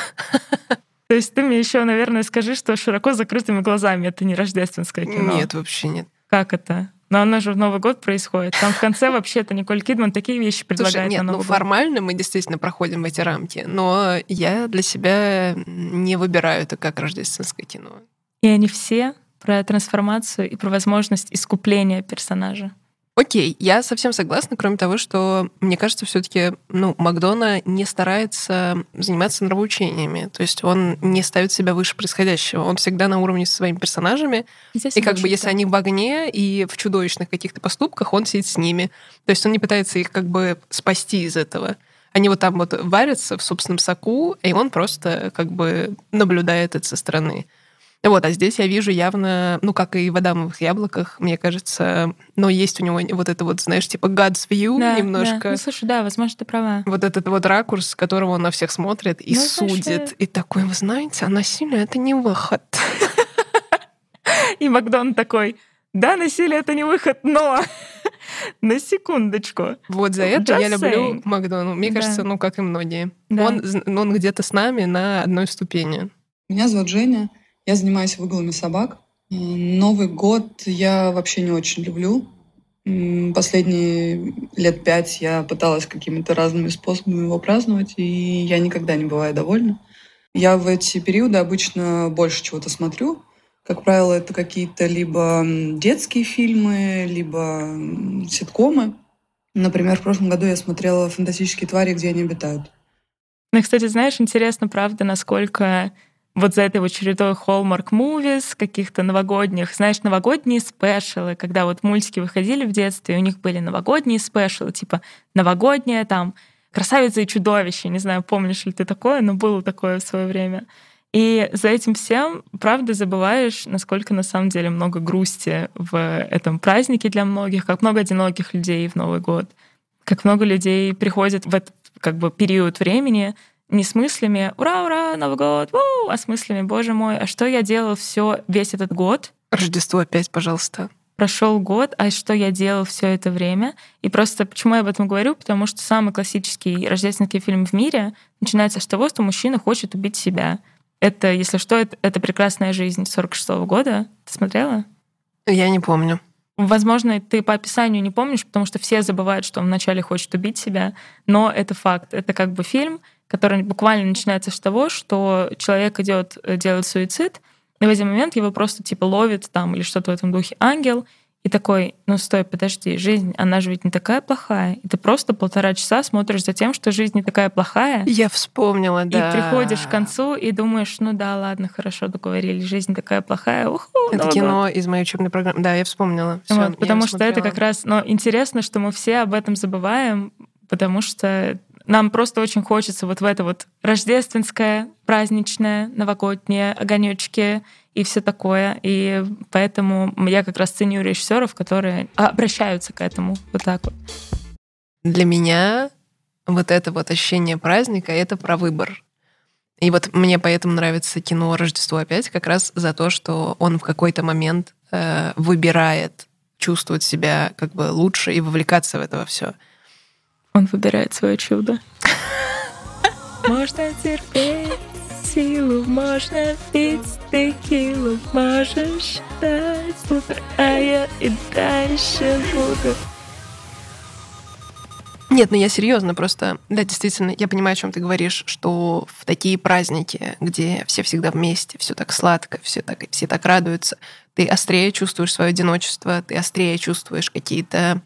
То есть ты мне еще, наверное, скажи, что широко закрытыми глазами это не рождественское кино. Нет, вообще нет. Как это? Но оно же в Новый год происходит. Там в конце вообще-то Николь Кидман такие вещи предлагает. Слушай, нет, на Новый ну год. Формально мы действительно проходим в эти рамки, но я для себя не выбираю это как рождественское кино. И они все про трансформацию и про возможность искупления персонажа. Окей, я совсем согласна, кроме того, что, мне кажется, все-таки ну, Макдона не старается заниматься нравоучениями. То есть он не ставит себя выше происходящего. Он всегда на уровне со своими персонажами. Здесь и как бы так. если они в огне и в чудовищных каких-то поступках, он сидит с ними. То есть он не пытается их как бы спасти из этого. Они вот там вот варятся в собственном соку, и он просто как бы наблюдает это со стороны. Вот, а здесь я вижу явно, ну, как и в «Адамовых яблоках», мне кажется, но есть у него вот это вот, знаешь, типа God's view да, немножко. Да. Ну, слушай, да, возможно, ты права. Вот этот вот ракурс, с которого он на всех смотрит и ну, судит. Знаешь, и такой, вы знаете, а насилие — это не выход. И Макдон такой, да, насилие — это не выход, но... На секундочку. Вот за это Just я люблю saying. Макдоналд. Мне Да. кажется, ну, как и многие. Да. Он, он где-то с нами на одной ступени. Меня зовут Женя, я занимаюсь выгулами собак. Э, Новый год я вообще не очень люблю. М, Последние лет пять я пыталась какими-то разными способами его праздновать, и я никогда не бываю довольна. Я в эти периоды обычно больше чего-то смотрю. Как правило, это какие-то либо м, детские фильмы, либо м, ситкомы. Например, в прошлом году я смотрела «Фантастические твари, где они обитают». Ну, кстати, знаешь, интересно, правда, насколько вот за этой вот чередой Hallmark Movies, каких-то новогодних, знаешь, новогодние спешалы, когда вот мультики выходили в детстве, у них были новогодние спешалы, типа новогодняя там «Красавица и чудовище», не знаю, помнишь ли ты такое, но было такое в свое время. И за этим всем, правда, забываешь, насколько на самом деле много грусти в этом празднике для многих, как много одиноких людей в Новый год, как много людей приходят в этот как бы период времени не с мыслями «Ура, ура, Новый год!», у, а с мыслями «Боже мой, а что я делал все весь этот год?» Рождество опять, пожалуйста. Прошел год, а что я делал все это время? И просто почему я об этом говорю? Потому что самый классический рождественский фильм в мире начинается с того, что мужчина хочет убить себя. Это, если что, это, это «Прекрасная жизнь» сорок шестого года. Ты смотрела? Я не помню. Возможно, ты по описанию не помнишь, потому что все забывают, что он вначале хочет убить себя, но это факт. Это как бы фильм, который буквально начинается с того, что человек идет делать суицид, и в один момент его просто типа ловит там или что-то в этом духе ангел, и такой: ну стой, подожди, жизнь, она же ведь не такая плохая. И ты просто полтора часа смотришь за тем, что жизнь не такая плохая. Я вспомнила, да. И приходишь к концу и думаешь: ну да, ладно, хорошо, договорились, жизнь такая плохая. Уху, это Новый кино год. из моей учебной программы. Да, я вспомнила. Всё, Вот, я потому его что это смотрела. как раз... Но интересно, что мы все об этом забываем, потому что нам просто очень хочется вот в это вот рождественское, праздничное, новогоднее, огонечки и все такое. И поэтому я как раз ценю режиссеров, которые обращаются к этому вот так вот. Для меня вот это вот ощущение праздника — это про выбор. И вот мне поэтому нравится кино «Рождество опять» как раз за то, что он в какой-то момент э, выбирает чувствовать себя как бы лучше и вовлекаться в это во все. Он выбирает свое чудо. Можно терпеть силу, можно пить текилу, можешь ждать, а я и дальше буду. Нет, ну я серьезно просто. Да, действительно, я понимаю, о чем ты говоришь, что в такие праздники, где все всегда вместе, все так сладко, все так, все так радуются, ты острее чувствуешь свое одиночество, ты острее чувствуешь какие-то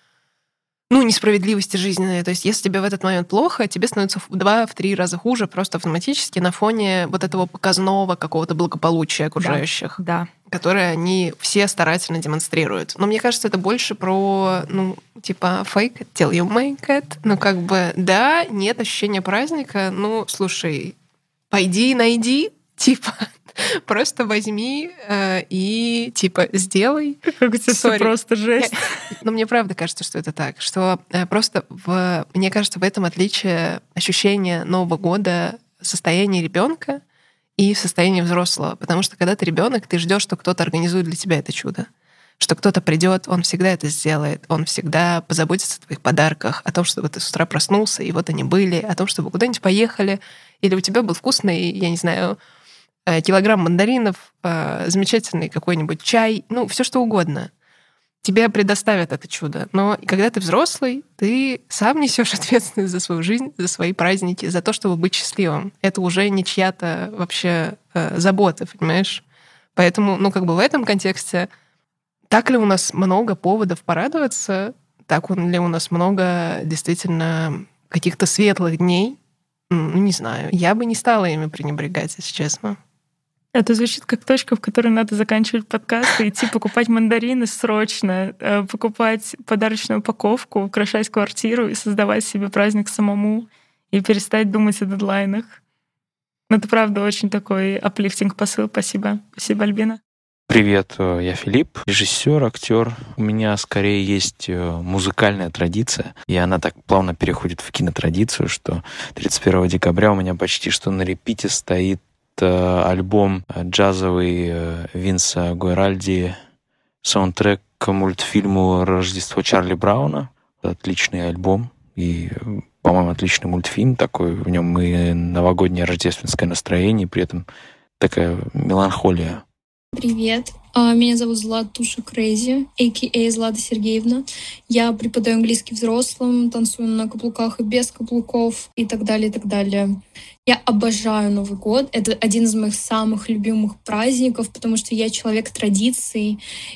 ну, несправедливости жизненные. То есть если тебе в этот момент плохо, тебе становится в два, в три раза хуже просто автоматически на фоне вот этого показного какого-то благополучия окружающих, да, да. которое они все старательно демонстрируют. Но мне кажется, это больше про, ну, типа, fake it till you make it. Ну, как бы, да, нет ощущения праздника. Ну, слушай, пойди найди, типа... Просто возьми э, и, типа, сделай. Как у тебя все просто жесть. Я, но мне правда кажется, что это так. Что э, просто, в, мне кажется, в этом отличие ощущения Нового года состояния ребенка и состояния взрослого. Потому что когда ты ребенок, ты ждешь, что кто-то организует для тебя это чудо. Что кто-то придет, он всегда это сделает, он всегда позаботится о твоих подарках, о том, чтобы ты с утра проснулся, и вот они были, о том, чтобы куда-нибудь поехали, или у тебя был вкусный, я не знаю, килограмм мандаринов, замечательный какой-нибудь чай, ну, все что угодно. Тебе предоставят это чудо. Но когда ты взрослый, ты сам несешь ответственность за свою жизнь, за свои праздники, за то, чтобы быть счастливым. Это уже не чья-то вообще забота, понимаешь? Поэтому, ну, как бы в этом контексте, так ли у нас много поводов порадоваться, так ли у нас много действительно каких-то светлых дней, ну, не знаю. Я бы не стала ими пренебрегать, если честно. Это звучит как точка, в которой надо заканчивать подкаст и идти покупать мандарины срочно, покупать подарочную упаковку, украшать квартиру и создавать себе праздник самому и перестать думать о дедлайнах. Но это правда очень такой аплифтинг посыл. Спасибо. Спасибо, Альбина. Привет, я Филипп, режиссер, актер. У меня скорее есть музыкальная традиция, и она так плавно переходит в кинотрадицию, что тридцать первого декабря у меня почти что на репите стоит альбом джазовый Винса Гуэральди саундтрек к мультфильму «Рождество Чарли Брауна». Отличный альбом и, по-моему, отличный мультфильм такой. В нем и новогоднее рождественское настроение, и при этом такая меланхолия. Привет, меня зовут Златуша Крейзи, а ка а. Злата Сергеевна. Я преподаю английский взрослым, танцую на каблуках и без каблуков и так далее, и так далее. Я обожаю Новый год. Это один из моих самых любимых праздников, потому что я человек традиций,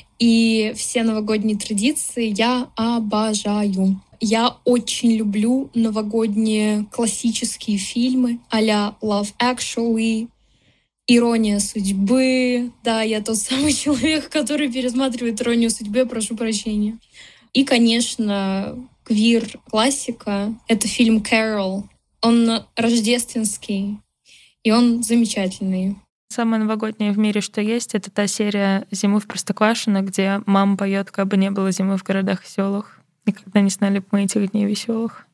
и все новогодние традиции я обожаю. Я очень люблю новогодние классические фильмы а-ля Love Actually, «Ирония судьбы». Да, я тот самый человек, который пересматривает «Иронию судьбы», прошу прощения. И, конечно, квир-классика — это фильм «Кэрол». Он рождественский, и он замечательный. Самое новогоднее в мире, что есть, это та серия «Зимы в Простоквашино», где мама поет, как бы не было зимы в городах и селах. Никогда не знали бы мы этих дней веселых.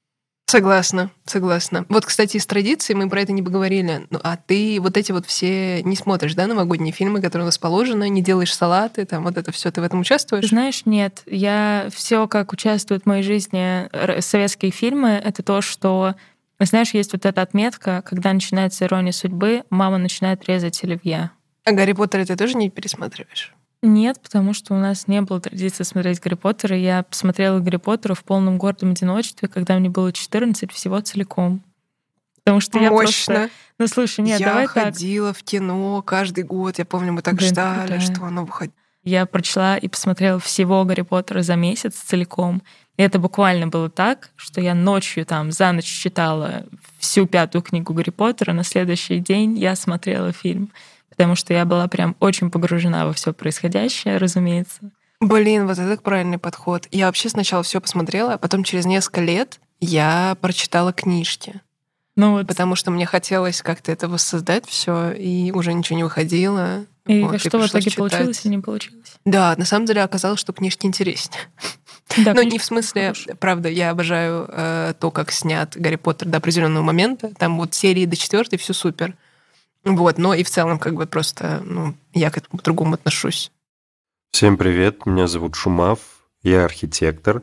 Согласна, согласна. Вот, кстати, из традиций мы про это не поговорили. Ну, а ты вот эти вот все не смотришь, да, новогодние фильмы, которые у нас положены, не делаешь салаты, там вот это все, ты в этом участвуешь? Знаешь, нет. Я все, как участвуют в моей жизни советские фильмы, это то, что, знаешь, есть вот эта отметка, когда начинается «Ирония судьбы», мама начинает резать оливье. А «Гарри Поттера» ты тоже не пересматриваешь? Нет, потому что у нас не было традиции смотреть «Гарри Поттера». Я посмотрела «Гарри Поттера» в полном гордом одиночестве, когда мне было четырнадцать, всего целиком. Потому что я Мощно. просто... Ну, слушай, нет, я давай ходила так. в кино каждый год. Я помню, мы так Блин, ждали, крутая. что оно выходит. Я прочла и посмотрела всего «Гарри Поттера» за месяц целиком. И это буквально было так, что я ночью там за ночь читала всю пятую книгу «Гарри Поттера», на следующий день я смотрела фильм. Потому что я была прям очень погружена во все происходящее, разумеется. Блин, вот это правильный подход. Я вообще сначала все посмотрела, а потом через несколько лет я прочитала книжки. Ну вот. Потому что мне хотелось как-то это воссоздать все, и уже ничего не выходило. И вот, что и в итоге читать. получилось или не получилось? Да, на самом деле оказалось, что книжки интереснее. Да, ну, не в смысле, хорошо. Правда, я обожаю э, то, как снят Гарри Поттер до определенного момента. Там вот серии до четвертой все супер. Вот, но и в целом как бы просто, ну, я к этому по-другому отношусь. Всем привет, меня зовут Шумав, я архитектор,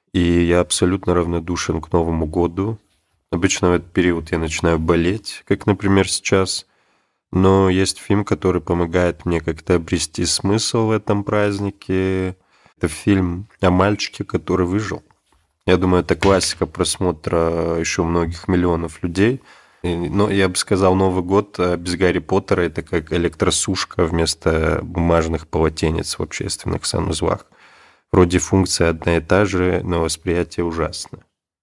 и я абсолютно равнодушен к Новому году. Обычно в этот период я начинаю болеть, как, например, сейчас. Но есть фильм, который помогает мне как-то обрести смысл в этом празднике. Это фильм о мальчике, который выжил. Я думаю, это классика просмотра еще многих миллионов людей. Но я бы сказал, Новый год без Гарри Поттера — это как электросушка вместо бумажных полотенец в общественных санузлах. Вроде функция одна и та же, но восприятие ужасное.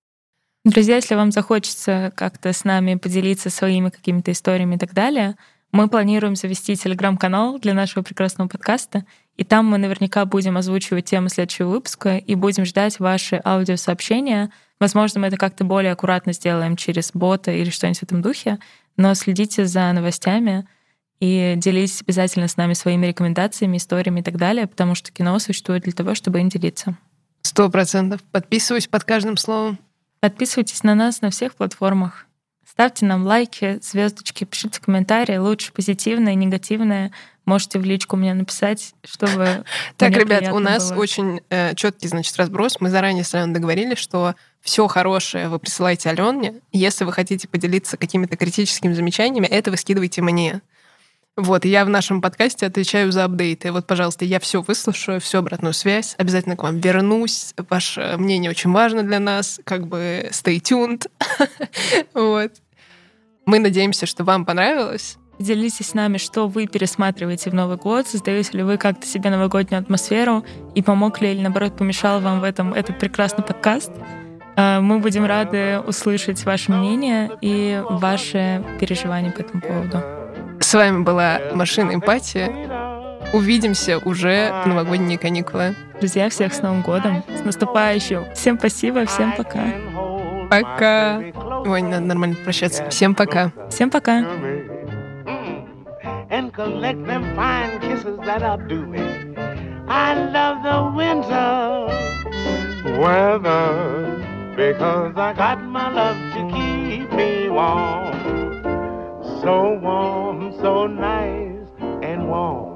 Друзья, если вам захочется как-то с нами поделиться своими какими-то историями и так далее, мы планируем завести телеграм-канал для нашего прекрасного подкаста, и там мы наверняка будем озвучивать темы следующего выпуска и будем ждать ваши аудиосообщения. Возможно, мы это как-то более аккуратно сделаем через бота или что-нибудь в этом духе, но следите за новостями и делитесь обязательно с нами своими рекомендациями, историями и так далее, потому что кино существует для того, чтобы им делиться. Сто процентов. Подписываюсь под каждым словом. Подписывайтесь на нас на всех платформах. Ставьте нам лайки, звездочки, пишите комментарии, лучше позитивные, негативные. Можете в личку мне написать, чтобы... Так, ребят, у нас очень э, четкий, значит, разброс. Мы заранее с Аленой договорились, что все хорошее вы присылаете Алене. Если вы хотите поделиться какими-то критическими замечаниями, это вы скидывайте мне. Вот, и я в нашем подкасте отвечаю за апдейты. Вот, пожалуйста, я все выслушаю, всю обратную связь, обязательно к вам вернусь. Ваше мнение очень важно для нас, как бы stay tuned. Вот. Мы надеемся, что вам понравилось. Делитесь с нами, что вы пересматриваете в Новый год, создаете ли вы как-то себе новогоднюю атмосферу, и помог ли или, наоборот, помешал вам в этом этот прекрасный подкаст. Мы будем рады услышать ваше мнение и ваши переживания по этому поводу. С вами была Машина Эмпатии. Увидимся уже в новогодние каникулы. Друзья, всех с Новым годом, с наступающим. Всем спасибо, всем пока. Пока. Ой, не надо нормально прощаться. Всем пока. Всем пока. And collect them fine kisses that are due me. I love the winter weather because I got my love to keep me warm. So warm, so nice and warm.